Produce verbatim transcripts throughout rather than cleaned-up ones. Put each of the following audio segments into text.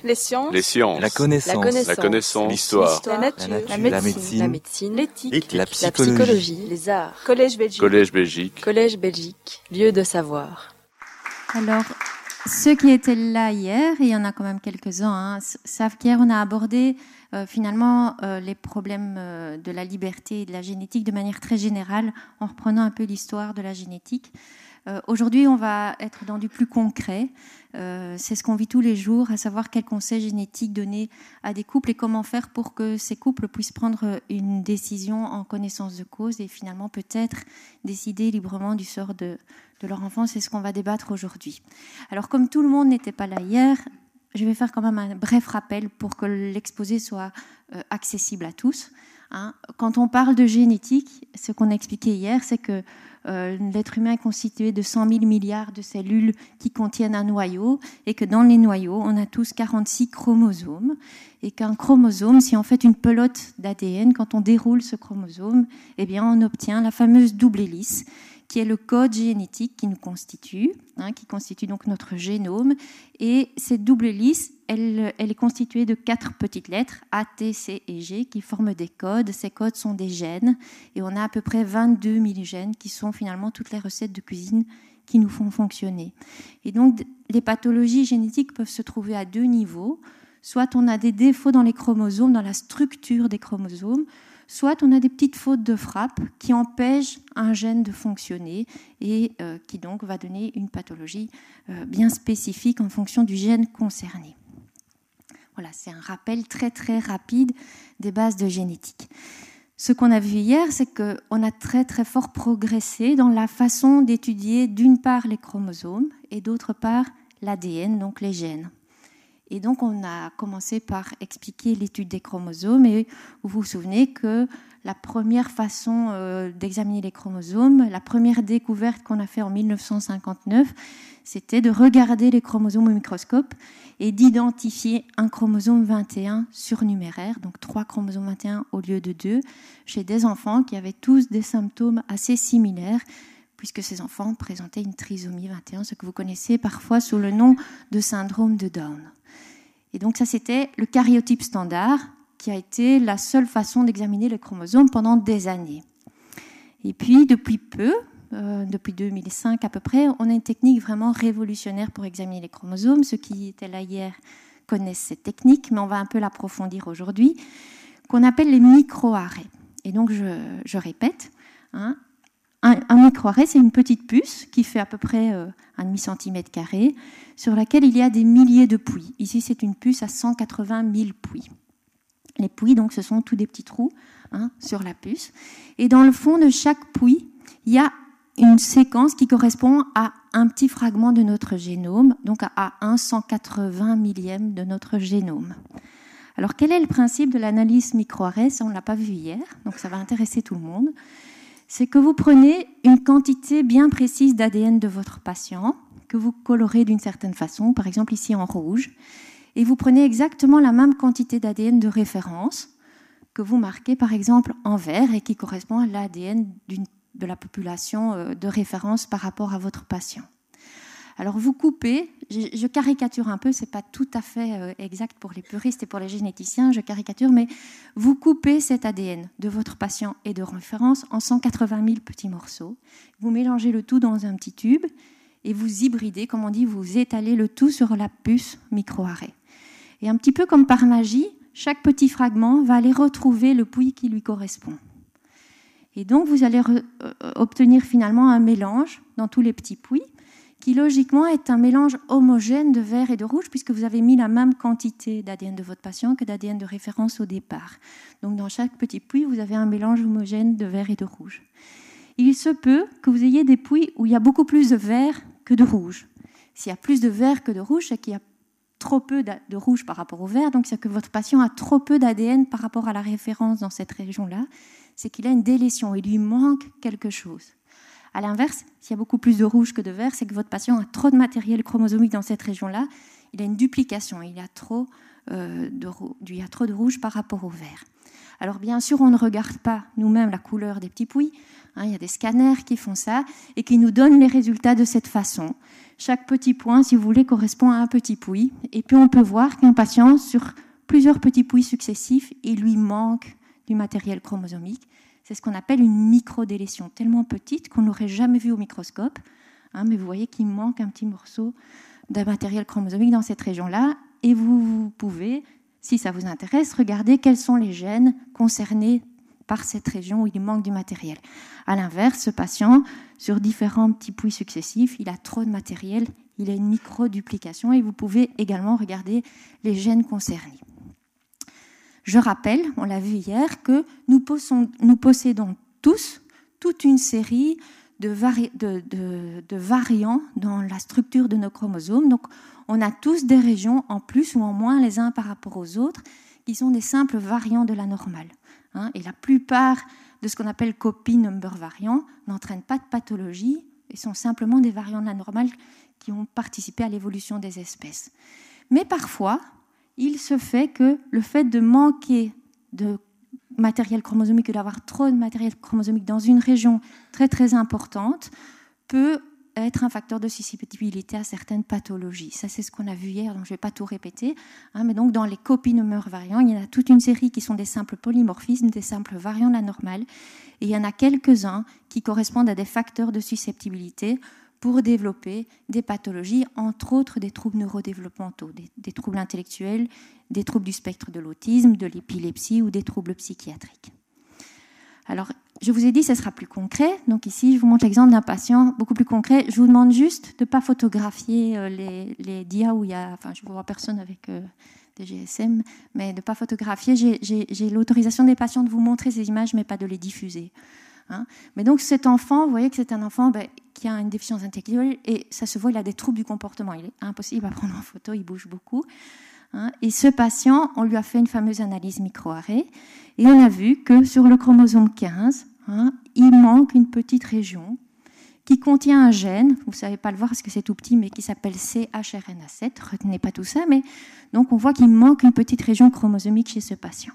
Les sciences. Les sciences. La connaissance. La connaissance. La connaissance. L'histoire. La nature. La nature. La La médecine. médecine. La médecine. L'éthique. La La psychologie. psychologie. Les arts. Collège Belgique. Collège Belgique. Collège Belgique. Lieu de savoir. Alors, ceux qui étaient là hier, et il y en a quand même quelques-uns, hein, savent qu'hier on a abordé euh, finalement euh, les problèmes euh, de la liberté et de la génétique de manière très générale, en reprenant un peu l'histoire de la génétique. Euh, aujourd'hui, on va être dans du plus concret. Euh, c'est ce qu'on vit tous les jours, à savoir quels conseils génétiques donner à des couples et comment faire pour que ces couples puissent prendre une décision en connaissance de cause et finalement peut-être décider librement du sort de, de leur enfant. C'est ce qu'on va débattre aujourd'hui. Alors, comme tout le monde n'était pas là hier, je vais faire quand même un bref rappel pour que l'exposé soit euh, accessible à tous. Hein. Quand on parle de génétique, ce qu'on a expliqué hier, c'est que euh, l'être humain est constitué de cent mille milliards de cellules qui contiennent un noyau et que dans les noyaux, on a tous quarante-six chromosomes et qu'un chromosome, c'est en fait une pelote d'A D N. Quand on déroule ce chromosome, eh bien, on obtient la fameuse double hélice qui est le code génétique qui nous constitue, hein, qui constitue donc notre génome. Et cette double hélice, elle, elle est constituée de quatre petites lettres, A, T, C et G, qui forment des codes. Ces codes sont des gènes. Et on a à peu près vingt-deux mille gènes qui sont finalement toutes les recettes de cuisine qui nous font fonctionner. Et donc, les pathologies génétiques peuvent se trouver à deux niveaux. Soit on a des défauts dans les chromosomes, dans la structure des chromosomes, soit on a des petites fautes de frappe qui empêchent un gène de fonctionner et euh, qui donc va donner une pathologie euh, bien spécifique en fonction du gène concerné. Voilà, c'est un rappel très très rapide des bases de génétique. Ce qu'on a vu hier, c'est qu'on a très très fort progressé dans la façon d'étudier d'une part les chromosomes et d'autre part l'A D N, donc les gènes. Et donc, on a commencé par expliquer l'étude des chromosomes. Et vous vous souvenez que la première façon euh, d'examiner les chromosomes, la première découverte qu'on a faite en mille neuf cent cinquante-neuf, c'était de regarder les chromosomes au microscope et d'identifier un chromosome vingt et un surnuméraire, donc trois chromosomes vingt et un au lieu de deux, chez des enfants qui avaient tous des symptômes assez similaires, puisque ces enfants présentaient une trisomie vingt et un, ce que vous connaissez parfois sous le nom de syndrome de Down. Et donc ça, c'était le karyotype standard, qui a été la seule façon d'examiner les chromosomes pendant des années. Et puis, depuis peu, euh, depuis deux mille cinq à peu près, on a une technique vraiment révolutionnaire pour examiner les chromosomes. Ceux qui étaient là hier connaissent cette technique, mais on va un peu l'approfondir aujourd'hui, qu'on appelle les microarrays. Et donc, je, je répète, hein, Un, un microarray, c'est une petite puce qui fait à peu près euh, un demi-centimètre carré, sur laquelle il y a des milliers de puits. Ici, c'est une puce à cent quatre-vingt mille puits. Les puits, donc, ce sont tous des petits trous hein, sur la puce. Et dans le fond de chaque puits, il y a une séquence qui correspond à un petit fragment de notre génome, donc à un cent quatre-vingts millième de notre génome. Alors, quel est le principe de l'analyse microarray? Ça, on ne l'a pas vu hier, donc ça va intéresser tout le monde. C'est que vous prenez une quantité bien précise d'A D N de votre patient, que vous colorez d'une certaine façon, par exemple ici en rouge, et vous prenez exactement la même quantité d'A D N de référence que vous marquez par exemple en vert et qui correspond à l'A D N d'une, de la population de référence par rapport à votre patient. Alors vous coupez, je, je caricature un peu, c'est pas tout à fait exact pour les puristes et pour les généticiens, je caricature, mais vous coupez cet A D N de votre patient et de référence en cent quatre-vingt mille petits morceaux. Vous mélangez le tout dans un petit tube et vous hybridez, comme on dit, vous étalez le tout sur la puce microarray. Et un petit peu comme par magie, chaque petit fragment va aller retrouver le puits qui lui correspond. Et donc vous allez re- obtenir finalement un mélange dans tous les petits puits, qui logiquement est un mélange homogène de vert et de rouge, puisque vous avez mis la même quantité d'A D N de votre patient que d'A D N de référence au départ. Donc dans chaque petit puits, vous avez un mélange homogène de vert et de rouge. Il se peut que vous ayez des puits où il y a beaucoup plus de vert que de rouge. S'il y a plus de vert que de rouge, c'est qu'il y a trop peu de rouge par rapport au vert, donc c'est que votre patient a trop peu d'A D N par rapport à la référence dans cette région-là, c'est qu'il a une délétion, il lui manque quelque chose. À l'inverse, s'il y a beaucoup plus de rouge que de vert, c'est que votre patient a trop de matériel chromosomique dans cette région-là. il a une duplication, il y a trop, euh, de, il y a trop de rouge par rapport au vert. Alors bien sûr, on ne regarde pas nous-mêmes la couleur des petits pouilles. Hein, il y a des scanners qui font ça et qui nous donnent les résultats de cette façon. Chaque petit point, si vous voulez, correspond à un petit pouille. Et puis on peut voir qu'un patient, sur plusieurs petits pouilles successifs, il lui manque du matériel chromosomique. C'est ce qu'on appelle une microdélétion, tellement petite qu'on n'aurait jamais vu au microscope. Hein, mais vous voyez qu'il manque un petit morceau de matériel chromosomique dans cette région-là. Et vous, vous pouvez, si ça vous intéresse, regardez quels sont les gènes concernés par cette région où il manque du matériel. À l'inverse, ce patient, sur différents petits pouilles successifs, il a trop de matériel, il a une microduplication et vous pouvez également regarder les gènes concernés. Je rappelle, on l'a vu hier, que nous, posons, nous possédons tous toute une série de, vari, de, de, de variants dans la structure de nos chromosomes. Donc, on a tous des régions en plus ou en moins les uns par rapport aux autres qui sont des simples variants de la normale. Hein, et la plupart de ce qu'on appelle copy number variants n'entraînent pas de pathologie et sont simplement des variants de la normale qui ont participé à l'évolution des espèces. Mais parfois, il se fait que le fait de manquer de matériel chromosomique, d'avoir trop de matériel chromosomique dans une région très très importante, peut être un facteur de susceptibilité à certaines pathologies. Ça, c'est ce qu'on a vu hier, donc je ne vais pas tout répéter. Hein, mais donc, dans les copy number variants, il y en a toute une série qui sont des simples polymorphismes, des simples variants de la normale, et il y en a quelques-uns qui correspondent à des facteurs de susceptibilité pour développer des pathologies, entre autres des troubles neurodéveloppementaux, des, des troubles intellectuels, des troubles du spectre de l'autisme, de l'épilepsie ou des troubles psychiatriques. Alors, je vous ai dit, ce sera plus concret. Donc ici, je vous montre l'exemple d'un patient beaucoup plus concret. Je vous demande juste de ne pas photographier les, les dias où il y a... Enfin, je ne vois personne avec euh, des G S M, mais de ne pas photographier. J'ai, j'ai, j'ai l'autorisation des patients de vous montrer ces images, mais pas de les diffuser. Hein. Mais donc, cet enfant, vous voyez que c'est un enfant ben, qui a une déficience intellectuelle et ça se voit, il a des troubles du comportement. Il est impossible à prendre en photo, il bouge beaucoup. Hein. Et ce patient, on lui a fait une fameuse analyse micro-arrêt et on a vu que sur le chromosome quinze, hein, il manque une petite région qui contient un gène, vous ne savez pas le voir parce que c'est tout petit, mais qui s'appelle C H R N A sept. Retenez pas tout ça, mais donc on voit qu'il manque une petite région chromosomique chez ce patient.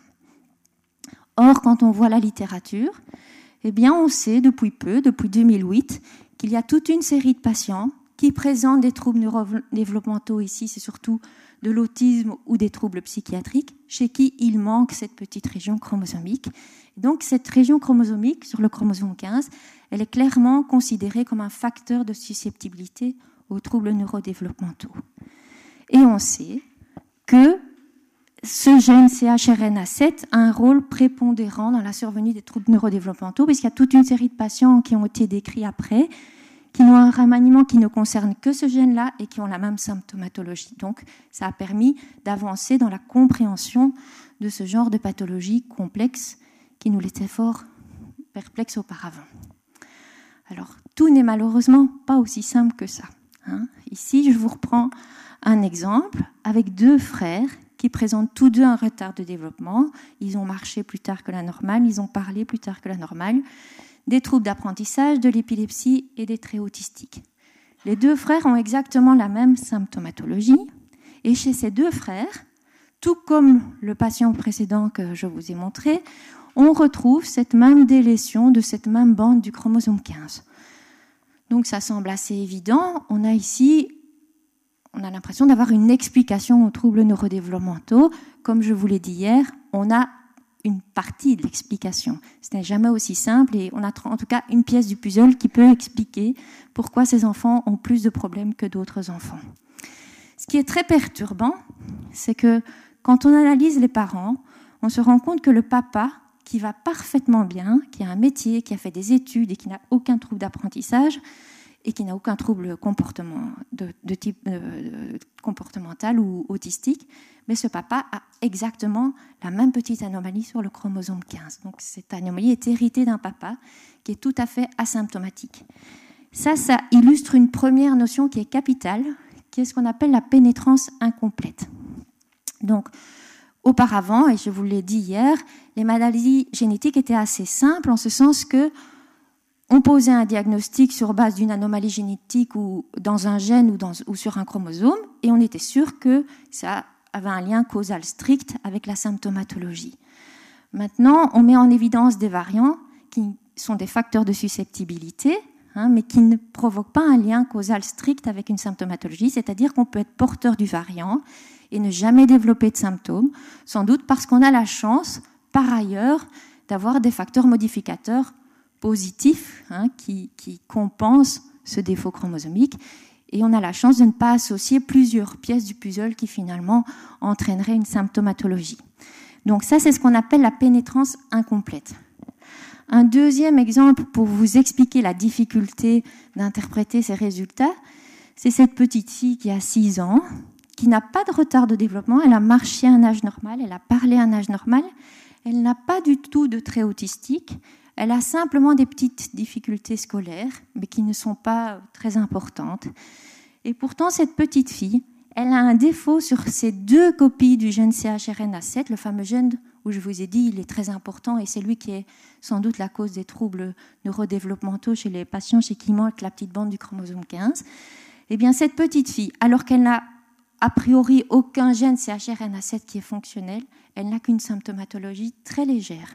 Or, quand on voit la littérature, eh bien, on sait depuis peu, depuis deux mille huit, qu'il y a toute une série de patients qui présentent des troubles neurodéveloppementaux. Ici, c'est surtout de l'autisme ou des troubles psychiatriques, chez qui il manque cette petite région chromosomique. Donc, cette région chromosomique, sur le chromosome quinze, elle est clairement considérée comme un facteur de susceptibilité aux troubles neurodéveloppementaux. Et on sait que ce gène C H R N A sept a un rôle prépondérant dans la survenue des troubles neurodéveloppementaux, puisqu'il y a toute une série de patients qui ont été décrits après, qui ont un remaniement qui ne concerne que ce gène-là et qui ont la même symptomatologie. Donc, ça a permis d'avancer dans la compréhension de ce genre de pathologie complexe qui nous laissait fort perplexes auparavant. Alors, tout n'est malheureusement pas aussi simple que ça. Hein. Ici, je vous reprends un exemple avec deux frères qui présentent tous deux un retard de développement. Ils ont marché plus tard que la normale, ils ont parlé plus tard que la normale, des troubles d'apprentissage, de l'épilepsie et des traits autistiques. Les deux frères ont exactement la même symptomatologie et chez ces deux frères, tout comme le patient précédent que je vous ai montré, on retrouve cette même délétion de cette même bande du chromosome quinze. Donc ça semble assez évident. On a ici, on a l'impression d'avoir une explication aux troubles neurodéveloppementaux. Comme je vous l'ai dit hier, on a une partie de l'explication. Ce n'est jamais aussi simple et on a en tout cas une pièce du puzzle qui peut expliquer pourquoi ces enfants ont plus de problèmes que d'autres enfants. Ce qui est très perturbant, c'est que quand on analyse les parents, on se rend compte que le papa, qui va parfaitement bien, qui a un métier, qui a fait des études et qui n'a aucun trouble d'apprentissage et qui n'a aucun trouble comportement de, de type euh, comportemental ou autistique, mais ce papa a exactement la même petite anomalie sur le chromosome quinze. Donc cette anomalie est héritée d'un papa qui est tout à fait asymptomatique. Ça, ça illustre une première notion qui est capitale, qui est ce qu'on appelle la pénétrance incomplète. Donc, auparavant, et je vous l'ai dit hier, les maladies génétiques étaient assez simples en ce sens que on posait un diagnostic sur base d'une anomalie génétique ou dans un gène ou, dans, ou sur un chromosome, et on était sûr que ça avait un lien causal strict avec la symptomatologie. Maintenant, on met en évidence des variants qui sont des facteurs de susceptibilité, hein, mais qui ne provoquent pas un lien causal strict avec une symptomatologie, c'est-à-dire qu'on peut être porteur du variant et ne jamais développer de symptômes, sans doute parce qu'on a la chance, par ailleurs, d'avoir des facteurs modificateurs positifs, hein, qui, qui compensent ce défaut chromosomique, et on a la chance de ne pas associer plusieurs pièces du puzzle qui finalement entraîneraient une symptomatologie. Donc ça, c'est ce qu'on appelle la pénétrance incomplète. Un deuxième exemple pour vous expliquer la difficulté d'interpréter ces résultats, c'est cette petite fille qui a six ans, qui n'a pas de retard de développement, elle a marché à un âge normal, elle a parlé à un âge normal, elle n'a pas du tout de trait autistique, elle a simplement des petites difficultés scolaires, mais qui ne sont pas très importantes. Et pourtant, cette petite fille, elle a un défaut sur ces deux copies du gène C H R N A sept, le fameux gène où je vous ai dit il est très important et c'est lui qui est sans doute la cause des troubles neurodéveloppementaux chez les patients chez qui manque la petite bande du chromosome quinze. Eh bien, cette petite fille, alors qu'elle n'a a priori aucun gène C H R N A sept qui est fonctionnel, elle n'a qu'une symptomatologie très légère.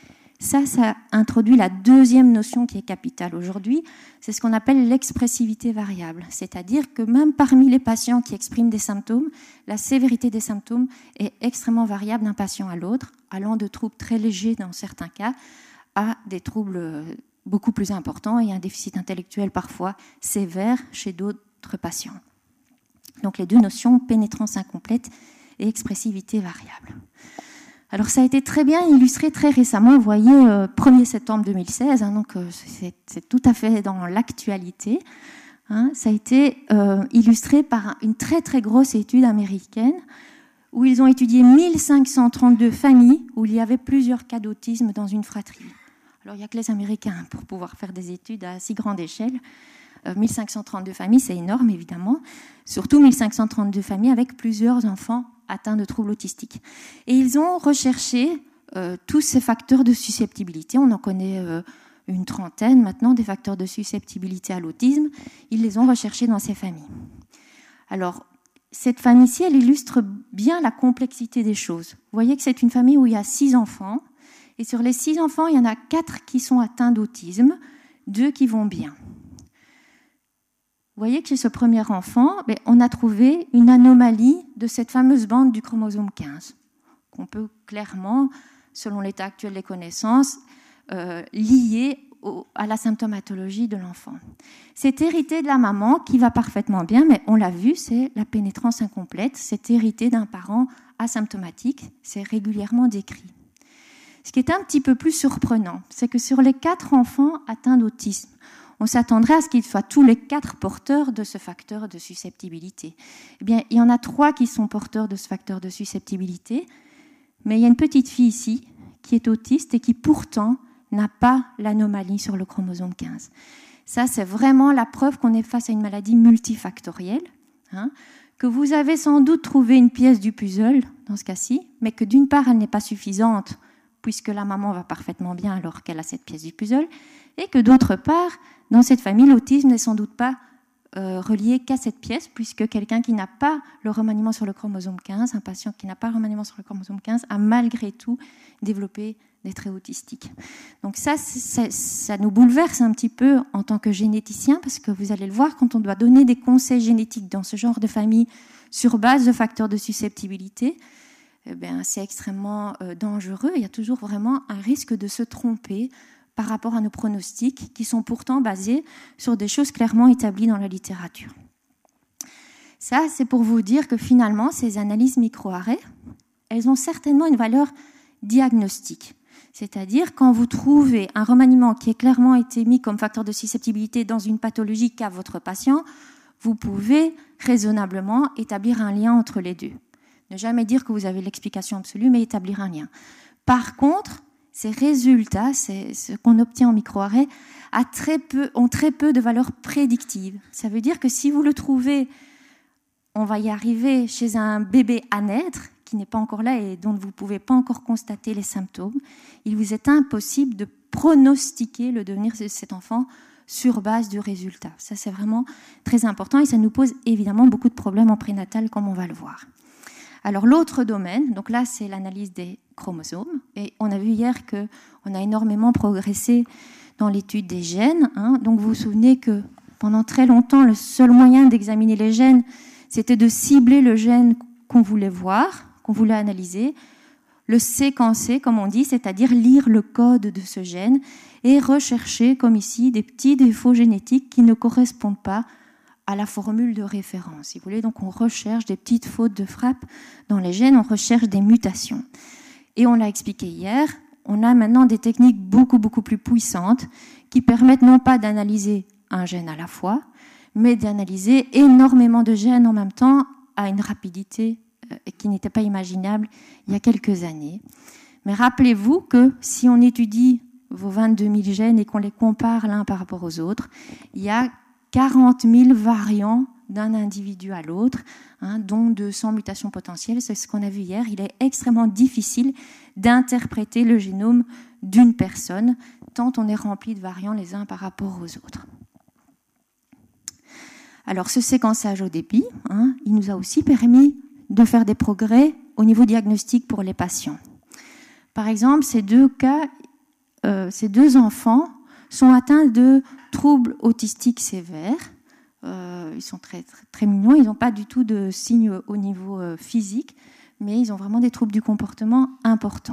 Ça, ça introduit la deuxième notion qui est capitale aujourd'hui, c'est ce qu'on appelle l'expressivité variable. C'est-à-dire que même parmi les patients qui expriment des symptômes, la sévérité des symptômes est extrêmement variable d'un patient à l'autre, allant de troubles très légers dans certains cas à des troubles beaucoup plus importants et un déficit intellectuel parfois sévère chez d'autres patients. Donc les deux notions, pénétrance incomplète et expressivité variable. Alors ça a été très bien illustré très récemment, vous voyez, euh, premier septembre deux mille seize, hein, donc euh, c'est, c'est tout à fait dans l'actualité. Hein, ça a été euh, illustré par une très très grosse étude américaine où ils ont étudié mille cinq cent trente-deux familles où il y avait plusieurs cas d'autisme dans une fratrie. Alors il n'y a que les Américains pour pouvoir faire des études à si grande échelle. Euh, mille cinq cent trente-deux familles, c'est énorme évidemment, surtout mille cinq cent trente-deux familles avec plusieurs enfants atteints de troubles autistiques. Et ils ont recherché euh, tous ces facteurs de susceptibilité. On en connaît euh, une trentaine maintenant, des facteurs de susceptibilité à l'autisme. Ils les ont recherchés dans ces familles. Alors, cette famille-ci, elle illustre bien la complexité des choses. Vous voyez que c'est une famille où il y a six enfants. Et sur les six enfants, il y en a quatre qui sont atteints d'autisme, deux qui vont bien. Vous voyez que chez ce premier enfant, on a trouvé une anomalie de cette fameuse bande du chromosome quinze, qu'on peut clairement, selon l'état actuel des connaissances, euh, lier au, à la symptomatologie de l'enfant. C'est hérité de la maman qui va parfaitement bien, mais on l'a vu, c'est la pénétrance incomplète, c'est hérité d'un parent asymptomatique, c'est régulièrement décrit. Ce qui est un petit peu plus surprenant, c'est que sur les quatre enfants atteints d'autisme, on s'attendrait à ce qu'ils soient tous les quatre porteurs de ce facteur de susceptibilité. Eh bien, il y en a trois qui sont porteurs de ce facteur de susceptibilité, mais il y a une petite fille ici qui est autiste et qui pourtant n'a pas l'anomalie sur le chromosome quinze. Ça, c'est vraiment la preuve qu'on est face à une maladie multifactorielle, hein, que vous avez sans doute trouvé une pièce du puzzle dans ce cas-ci, mais que d'une part, elle n'est pas suffisante puisque la maman va parfaitement bien alors qu'elle a cette pièce du puzzle, et que d'autre part, dans cette famille, l'autisme n'est sans doute pas euh, relié qu'à cette pièce, puisque quelqu'un qui n'a pas le remaniement sur le chromosome quinze, un patient qui n'a pas le remaniement sur le chromosome quinze, a malgré tout développé des traits autistiques. Donc ça, c'est, ça nous bouleverse un petit peu en tant que généticien, parce que vous allez le voir, quand on doit donner des conseils génétiques dans ce genre de famille sur base de facteurs de susceptibilité, eh bien, c'est extrêmement euh, dangereux. Il y a toujours vraiment un risque de se tromper par rapport à nos pronostics qui sont pourtant basés sur des choses clairement établies dans la littérature. Ça, c'est pour vous dire que finalement, ces analyses micro-arrêts, elles ont certainement une valeur diagnostique. C'est-à-dire, quand vous trouvez un remaniement qui est clairement été mis comme facteur de susceptibilité dans une pathologie qu'a votre patient, vous pouvez raisonnablement établir un lien entre les deux. Ne jamais dire que vous avez l'explication absolue, mais établir un lien. Par contre, ces résultats, c'est ce qu'on obtient en micro-arrêt, a très peu, ont très peu de valeur prédictive. Ça veut dire que si vous le trouvez, on va y arriver chez un bébé à naître, qui n'est pas encore là et dont vous ne pouvez pas encore constater les symptômes, il vous est impossible de pronostiquer le devenir de cet enfant sur base du résultat. Ça, c'est vraiment très important et ça nous pose évidemment beaucoup de problèmes en prénatal, comme on va le voir. Alors, l'autre domaine, donc là, c'est l'analyse des chromosomes. Et on a vu hier qu'on a énormément progressé dans l'étude des gènes. Hein. Donc, vous vous souvenez que pendant très longtemps, le seul moyen d'examiner les gènes, c'était de cibler le gène qu'on voulait voir, qu'on voulait analyser, le séquencer, comme on dit, c'est-à-dire lire le code de ce gène et rechercher, comme ici, des petits défauts génétiques qui ne correspondent pas à la formule de référence. Si vous voulez, donc on recherche des petites fautes de frappe dans les gènes, on recherche des mutations. Et on l'a expliqué hier, on a maintenant des techniques beaucoup, beaucoup plus puissantes qui permettent non pas d'analyser un gène à la fois, mais d'analyser énormément de gènes en même temps à une rapidité qui n'était pas imaginable il y a quelques années. Mais rappelez-vous que si on étudie vos vingt-deux mille gènes et qu'on les compare l'un par rapport aux autres, il y a quarante mille variants d'un individu à l'autre, hein, dont deux cents mutations potentielles. C'est ce qu'on a vu hier. Il est extrêmement difficile d'interpréter le génome d'une personne, tant on est rempli de variants les uns par rapport aux autres. Alors, ce séquençage au débit, hein, il nous a aussi permis de faire des progrès au niveau diagnostic pour les patients. Par exemple, ces deux cas, euh, ces deux enfants sont atteints de troubles autistiques sévères. Euh, ils sont très, très, très mignons, ils n'ont pas du tout de signes au niveau euh, physique, mais ils ont vraiment des troubles du comportement importants.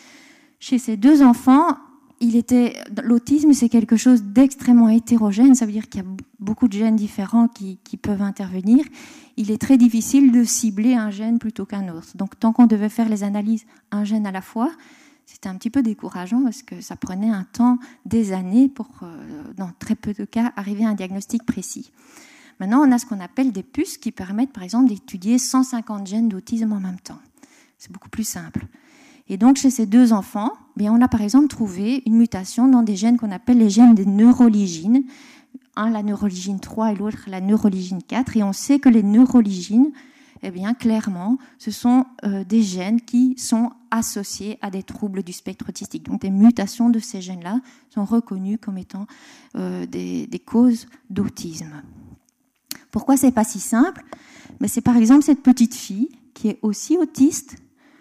Chez ces deux enfants, il était, l'autisme, c'est quelque chose d'extrêmement hétérogène, ça veut dire qu'il y a beaucoup de gènes différents qui, qui peuvent intervenir. Il est très difficile de cibler un gène plutôt qu'un autre. Donc, tant qu'on devait faire les analyses un gène à la fois, c'était un petit peu décourageant parce que ça prenait un temps, des années, pour, euh, dans très peu de cas, arriver à un diagnostic précis. Maintenant, on a ce qu'on appelle des puces qui permettent, par exemple, d'étudier cent cinquante gènes d'autisme en même temps. C'est beaucoup plus simple. Et donc, chez ces deux enfants, bien, on a par exemple trouvé une mutation dans des gènes qu'on appelle les gènes des neuroligines. Un, la neuroligine trois et l'autre, la neuroligine quatre. Et on sait que les neuroligines, eh bien, clairement, ce sont euh, des gènes qui sont associés à des troubles du spectre autistique. Donc, des mutations de ces gènes-là sont reconnues comme étant euh, des, des causes d'autisme. Pourquoi c'est pas si simple ? Mais c'est par exemple cette petite fille qui est aussi autiste.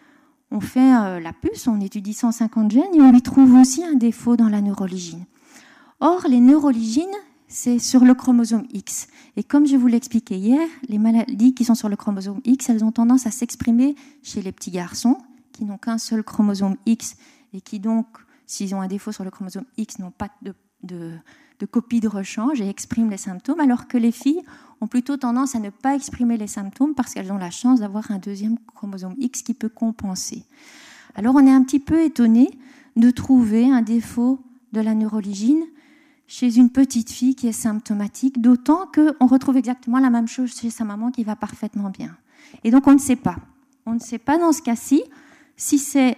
On fait euh, la puce, on étudie cent cinquante gènes et on lui trouve aussi un défaut dans la neuroligine. Or, les neuroligines, c'est sur le chromosome X. Et comme je vous l'ai expliqué hier, les maladies qui sont sur le chromosome X, elles ont tendance à s'exprimer chez les petits garçons qui n'ont qu'un seul chromosome X et qui donc, s'ils ont un défaut sur le chromosome X, n'ont pas de, de, de copie de rechange et expriment les symptômes, alors que les filles ont plutôt tendance à ne pas exprimer les symptômes parce qu'elles ont la chance d'avoir un deuxième chromosome X qui peut compenser. Alors on est un petit peu étonné de trouver un défaut de la neuroligine chez une petite fille qui est symptomatique, d'autant qu'on retrouve exactement la même chose chez sa maman qui va parfaitement bien. Et donc on ne sait pas. On ne sait pas dans ce cas-ci si c'est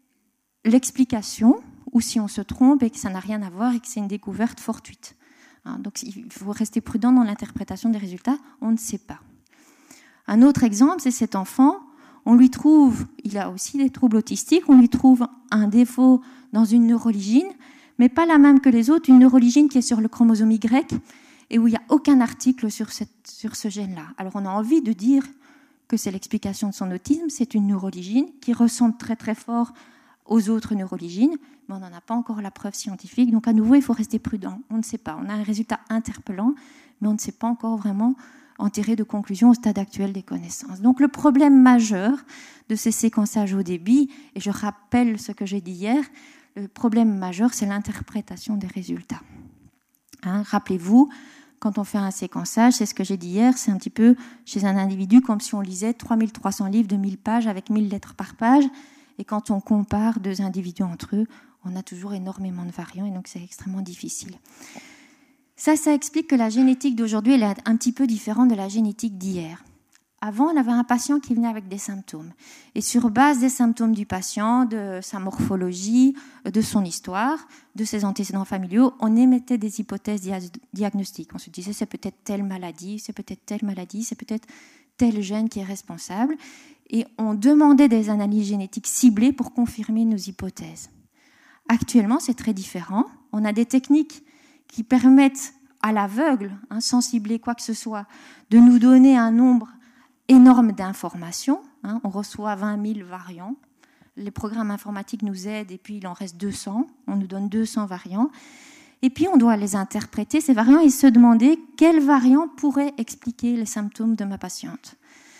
l'explication ou si on se trompe et que ça n'a rien à voir et que c'est une découverte fortuite. Donc il faut rester prudent dans l'interprétation des résultats, on ne sait pas. Un autre exemple, c'est cet enfant, on lui trouve, il a aussi des troubles autistiques, on lui trouve un défaut dans une neuroligine, mais pas la même que les autres, une neuroligine qui est sur le chromosome Y et où il n'y a aucun article sur, cette, sur ce gène-là. Alors on a envie de dire que c'est l'explication de son autisme, c'est une neuroligine qui ressemble très très fort aux autres neuroligines, mais on n'en a pas encore la preuve scientifique. Donc à nouveau, il faut rester prudent. On ne sait pas. On a un résultat interpellant, mais on ne sait pas encore vraiment en tirer de conclusion au stade actuel des connaissances. Donc le problème majeur de ces séquençages au débit, et je rappelle ce que j'ai dit hier, le problème majeur, c'est l'interprétation des résultats. Hein, rappelez-vous, quand on fait un séquençage, c'est ce que j'ai dit hier, c'est un petit peu chez un individu comme si on lisait trois mille trois cents livres de mille pages avec mille lettres par page. Et quand on compare deux individus entre eux, on a toujours énormément de variants et donc c'est extrêmement difficile. Ça, ça explique que la génétique d'aujourd'hui elle est un petit peu différente de la génétique d'hier. Avant, on avait un patient qui venait avec des symptômes. Et sur base des symptômes du patient, de sa morphologie, de son histoire, de ses antécédents familiaux, on émettait des hypothèses dia- diagnostiques. On se disait c'est peut-être telle maladie, c'est peut-être telle maladie, c'est peut-être tel gène qui est responsable. Et on demandait des analyses génétiques ciblées pour confirmer nos hypothèses. Actuellement, c'est très différent. On a des techniques qui permettent à l'aveugle, hein, sans cibler quoi que ce soit, de nous donner un nombre énorme d'informations. Hein, on reçoit vingt mille variants. Les programmes informatiques nous aident et puis il en reste deux cents. On nous donne deux cents variants. Et puis on doit les interpréter, ces variants, et se demander quel variant pourrait expliquer les symptômes de ma patiente.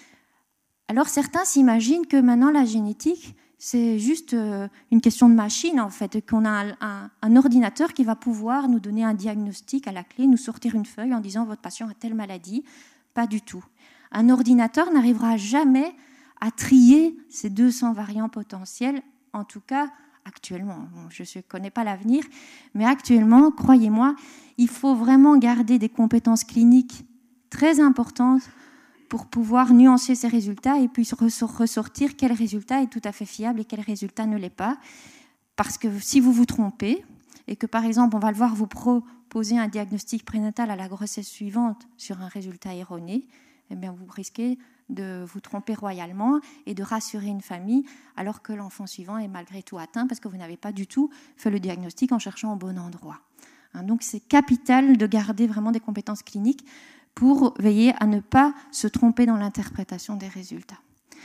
Alors certains s'imaginent que maintenant la génétique, c'est juste une question de machine, en fait, qu'on a un, un, un ordinateur qui va pouvoir nous donner un diagnostic à la clé, nous sortir une feuille en disant « votre patient a telle maladie ». Pas du tout. Un ordinateur n'arrivera jamais à trier ces deux cents variants potentiels, en tout cas actuellement. Bon, je ne connais pas l'avenir, mais actuellement, croyez-moi, il faut vraiment garder des compétences cliniques très importantes pour pouvoir nuancer ces résultats et puis ressortir quel résultat est tout à fait fiable et quel résultat ne l'est pas. Parce que si vous vous trompez, et que par exemple on va le voir vous proposer un diagnostic prénatal à la grossesse suivante sur un résultat erroné, eh bien vous risquez de vous tromper royalement et de rassurer une famille alors que l'enfant suivant est malgré tout atteint parce que vous n'avez pas du tout fait le diagnostic en cherchant au bon endroit. Hein, donc c'est capital de garder vraiment des compétences cliniques pour veiller à ne pas se tromper dans l'interprétation des résultats.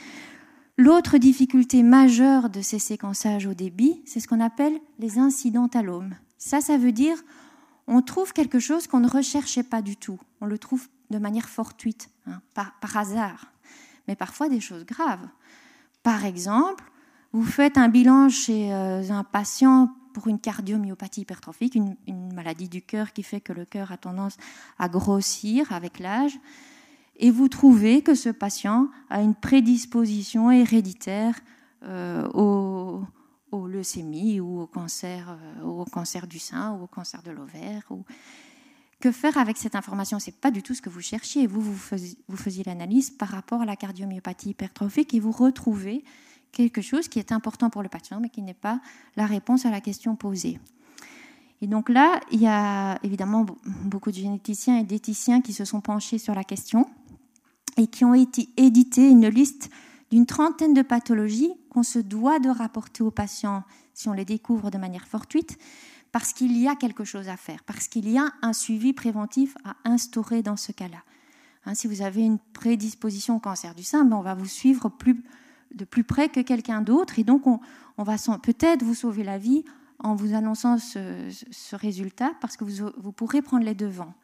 L'autre difficulté majeure de ces séquençages au débit, c'est ce qu'on appelle les incidentalomes. Ça, ça veut dire on trouve quelque chose qu'on ne recherchait pas du tout. On le trouve de manière fortuite, hein, par, par hasard. Mais parfois des choses graves. Par exemple, vous faites un bilan chez euh, un patient pour une cardiomyopathie hypertrophique, une, une maladie du cœur qui fait que le cœur a tendance à grossir avec l'âge, et vous trouvez que ce patient a une prédisposition héréditaire euh, au, au leucémie ou au cancer, euh, ou au cancer du sein ou au cancer de l'ovaire. Ou... Que faire avec cette information ? Ce n'est pas du tout ce que vous cherchiez. Vous, vous faisiez, vous faisiez l'analyse par rapport à la cardiomyopathie hypertrophique et vous retrouvez quelque chose qui est important pour le patient, mais qui n'est pas la réponse à la question posée. Et donc là, il y a évidemment beaucoup de généticiens et d'éthiciens qui se sont penchés sur la question et qui ont été édité une liste d'une trentaine de pathologies qu'on se doit de rapporter aux patients si on les découvre de manière fortuite, parce qu'il y a quelque chose à faire, parce qu'il y a un suivi préventif à instaurer dans ce cas-là. Hein, si vous avez une prédisposition au cancer du sein, ben on va vous suivre plus de plus près que quelqu'un d'autre, et donc on, on va peut-être vous sauver la vie en vous annonçant ce, ce résultat, parce que vous, vous pourrez prendre les devants.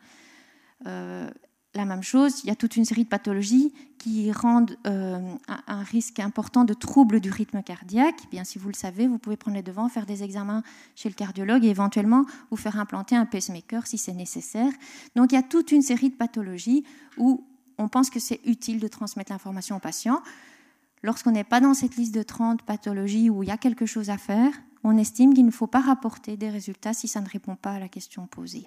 Euh, la même chose, il y a toute une série de pathologies qui rendent euh, un, un risque important de troubles du rythme cardiaque. Eh bien, si vous le savez, vous pouvez prendre les devants, faire des examens chez le cardiologue et éventuellement vous faire implanter un pacemaker si c'est nécessaire. Donc il y a toute une série de pathologies où on pense que c'est utile de transmettre l'information au patient. Lorsqu'on n'est pas dans cette liste de trente pathologies où il y a quelque chose à faire, on estime qu'il ne faut pas rapporter des résultats si ça ne répond pas à la question posée.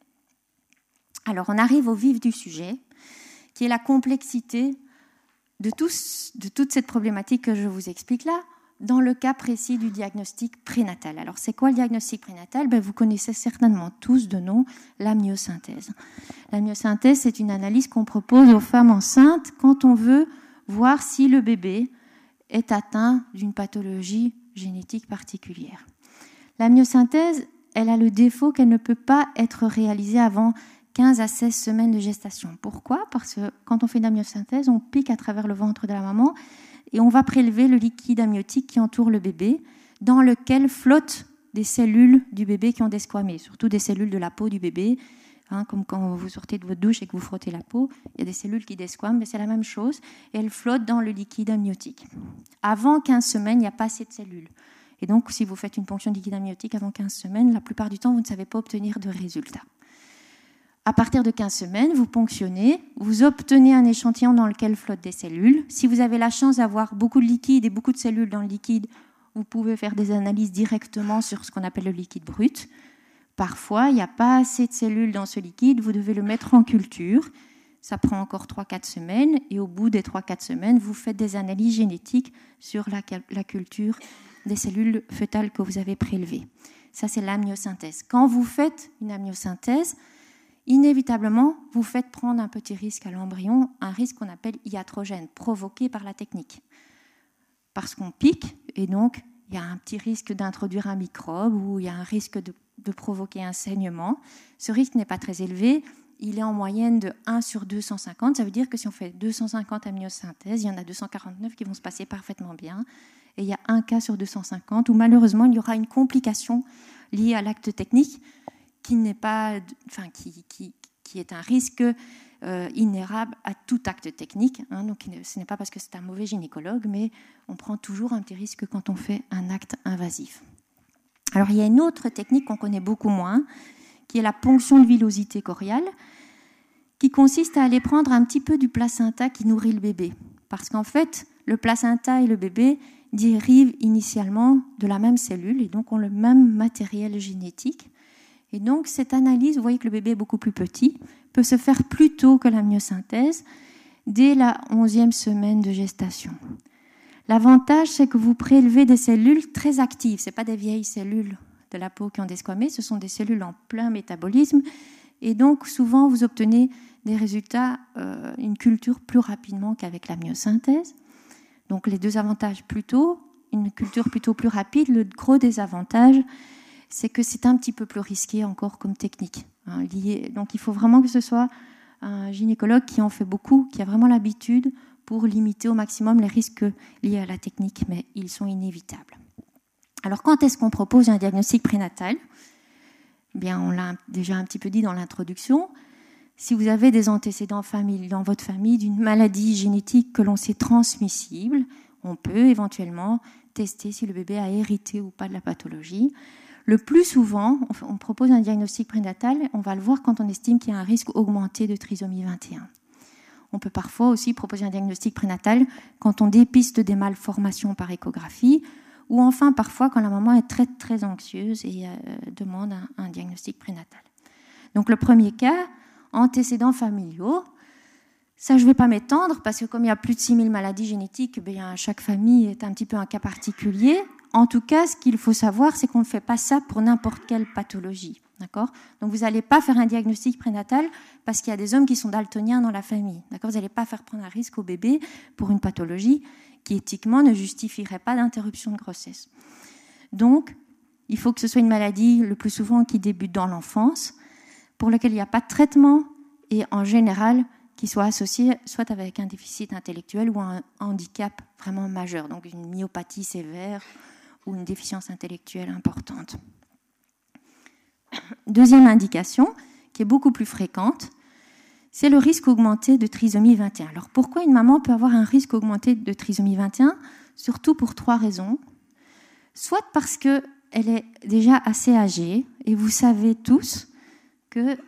Alors, on arrive au vif du sujet, qui est la complexité de, tous, de toute cette problématique que je vous explique là, dans le cas précis du diagnostic prénatal. Alors, c'est quoi le diagnostic prénatal ? Ben, vous connaissez certainement tous de nom la myosynthèse. La myosynthèse, c'est une analyse qu'on propose aux femmes enceintes quand on veut voir si le bébé est atteint d'une pathologie génétique particulière. La myosynthèse, elle a le défaut qu'elle ne peut pas être réalisée avant quinze à seize semaines de gestation. Pourquoi ? Parce que quand on fait de la myosynthèse, on pique à travers le ventre de la maman et on va prélever le liquide amniotique qui entoure le bébé, dans lequel flottent des cellules du bébé qui ont desquamé, surtout des cellules de la peau du bébé. Hein, comme quand vous sortez de votre douche et que vous frottez la peau, il y a des cellules qui desquament, mais c'est la même chose, et elles flottent dans le liquide amniotique. Avant quinze semaines, il n'y a pas assez de cellules. Et donc, si vous faites une ponction de liquide amniotique avant quinze semaines, la plupart du temps, vous ne savez pas obtenir de résultats. À partir de quinze semaines, vous ponctionnez, vous obtenez un échantillon dans lequel flottent des cellules. Si vous avez la chance d'avoir beaucoup de liquide et beaucoup de cellules dans le liquide, vous pouvez faire des analyses directement sur ce qu'on appelle le liquide brut. Parfois, il n'y a pas assez de cellules dans ce liquide, vous devez le mettre en culture. Ça prend encore trois à quatre semaines et au bout des trois à quatre semaines, vous faites des analyses génétiques sur la, la culture des cellules fœtales que vous avez prélevées. Ça, c'est l'amniosynthèse. Quand vous faites une amniosynthèse, inévitablement, vous faites prendre un petit risque à l'embryon, un risque qu'on appelle iatrogène, provoqué par la technique. Parce qu'on pique et donc il y a un petit risque d'introduire un microbe ou il y a un risque de, de provoquer un saignement. Ce risque n'est pas très élevé. Il est en moyenne de un sur deux cent cinquante. Ça veut dire que si on fait deux cent cinquante amniosynthèses, il y en a deux cent quarante-neuf qui vont se passer parfaitement bien. Et il y a un cas sur deux cent cinquante où malheureusement, il y aura une complication liée à l'acte technique qui n'est pas, enfin, qui, qui, qui est un risque euh, inérable à tout acte technique. Hein. Donc, ce n'est pas parce que c'est un mauvais gynécologue, mais on prend toujours un petit risque quand on fait un acte invasif. Alors, il y a une autre technique qu'on connaît beaucoup moins, qui est la ponction de villosité choriale, qui consiste à aller prendre un petit peu du placenta qui nourrit le bébé. Parce qu'en fait, le placenta et le bébé dérivent initialement de la même cellule et donc ont le même matériel génétique. Et donc, cette analyse, vous voyez que le bébé est beaucoup plus petit, peut se faire plus tôt que l'amniosynthèse, dès la onzième semaine de gestation. L'avantage, c'est que vous prélevez des cellules très actives. Ce ne sont pas des vieilles cellules de la peau qui ont desquamé, ce sont des cellules en plein métabolisme. Et donc, souvent, vous obtenez des résultats, euh, une culture plus rapidement qu'avec l'amniosynthèse. Donc, les deux avantages plus tôt, une culture plutôt plus rapide. Le gros désavantage, c'est que c'est un petit peu plus risqué encore comme technique. Hein, lié. Donc, il faut vraiment que ce soit un gynécologue qui en fait beaucoup, qui a vraiment l'habitude pour limiter au maximum les risques liés à la technique, mais ils sont inévitables. Alors, quand est-ce qu'on propose un diagnostic prénatal ? Eh bien, on l'a déjà un petit peu dit dans l'introduction. Si vous avez des antécédents famille, dans votre famille d'une maladie génétique que l'on sait transmissible, on peut éventuellement tester si le bébé a hérité ou pas de la pathologie. Le plus souvent, on propose un diagnostic prénatal, on va le voir quand on estime qu'il y a un risque augmenté de trisomie vingt et un. On peut parfois aussi proposer un diagnostic prénatal quand on dépiste des malformations par échographie, ou enfin parfois quand la maman est très très anxieuse et euh, demande un, un diagnostic prénatal. Donc le premier cas, antécédents familiaux. Ça, je ne vais pas m'étendre parce que comme il y a plus de six mille maladies génétiques, bien, chaque famille est un petit peu un cas particulier. En tout cas, ce qu'il faut savoir, c'est qu'on ne fait pas ça pour n'importe quelle pathologie. D'accord ? Donc, vous n'allez pas faire un diagnostic prénatal parce qu'il y a des hommes qui sont daltoniens dans la famille. D'accord ? Vous n'allez pas faire prendre un risque au bébé pour une pathologie qui, éthiquement, ne justifierait pas d'interruption de grossesse. Donc, il faut que ce soit une maladie, le plus souvent, qui débute dans l'enfance, pour laquelle il n'y a pas de traitement et, en général, qui soit associé soit avec un déficit intellectuel ou un handicap vraiment majeur, donc une myopathie sévère ou une déficience intellectuelle importante. Deuxième indication, qui est beaucoup plus fréquente, c'est le risque augmenté de trisomie vingt et un. Alors pourquoi une maman peut avoir un risque augmenté de trisomie vingt et un ? Surtout pour trois raisons. Soit parce qu'elle est déjà assez âgée, et vous savez tous que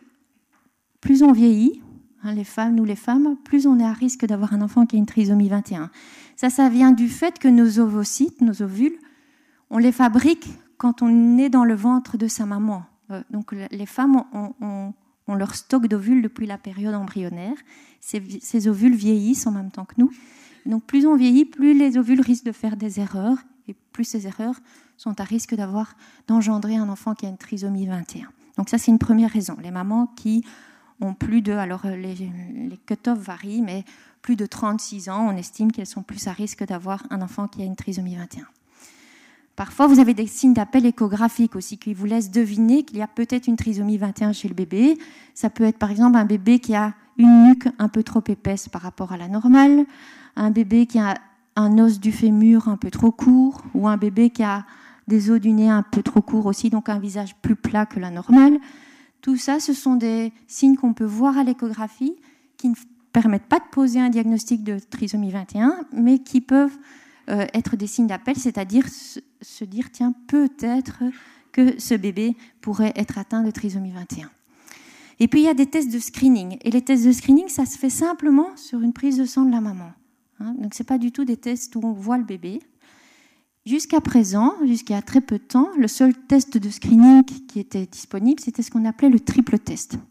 plus on vieillit, hein, les femmes, nous les femmes, plus on est à risque d'avoir un enfant qui a une trisomie vingt et un. Ça, ça vient du fait que nos ovocytes, nos ovules, on les fabrique quand on est dans le ventre de sa maman. Euh, donc les femmes ont, ont, ont leur stock d'ovules depuis la période embryonnaire. Ces, ces ovules vieillissent en même temps que nous. Donc plus on vieillit, plus les ovules risquent de faire des erreurs, et plus ces erreurs sont à risque d'avoir, d'engendrer un enfant qui a une trisomie vingt et un. Donc ça, c'est une première raison. Les mamans qui ont plus de... Alors les, les cut-offs varient, mais plus de trente-six ans, on estime qu'elles sont plus à risque d'avoir un enfant qui a une trisomie vingt et un. Parfois, vous avez des signes d'appel échographiques aussi qui vous laissent deviner qu'il y a peut-être une trisomie vingt et un chez le bébé. Ça peut être par exemple un bébé qui a une nuque un peu trop épaisse par rapport à la normale, un bébé qui a un os du fémur un peu trop court, ou un bébé qui a des os du nez un peu trop courts aussi, donc un visage plus plat que la normale. Tout ça, ce sont des signes qu'on peut voir à l'échographie qui ne permettent pas de poser un diagnostic de trisomie vingt et un, mais qui peuvent euh, être des signes d'appel, c'est-à-dire se, se dire, tiens, peut-être que ce bébé pourrait être atteint de trisomie vingt et un. Et puis, il y a des tests de screening. Et les tests de screening, ça se fait simplement sur une prise de sang de la maman. Hein, donc, ce n'est pas du tout des tests où on voit le bébé. Jusqu'à présent, jusqu'à très peu de temps, le seul test de screening qui était disponible, c'était ce qu'on appelait le triple test.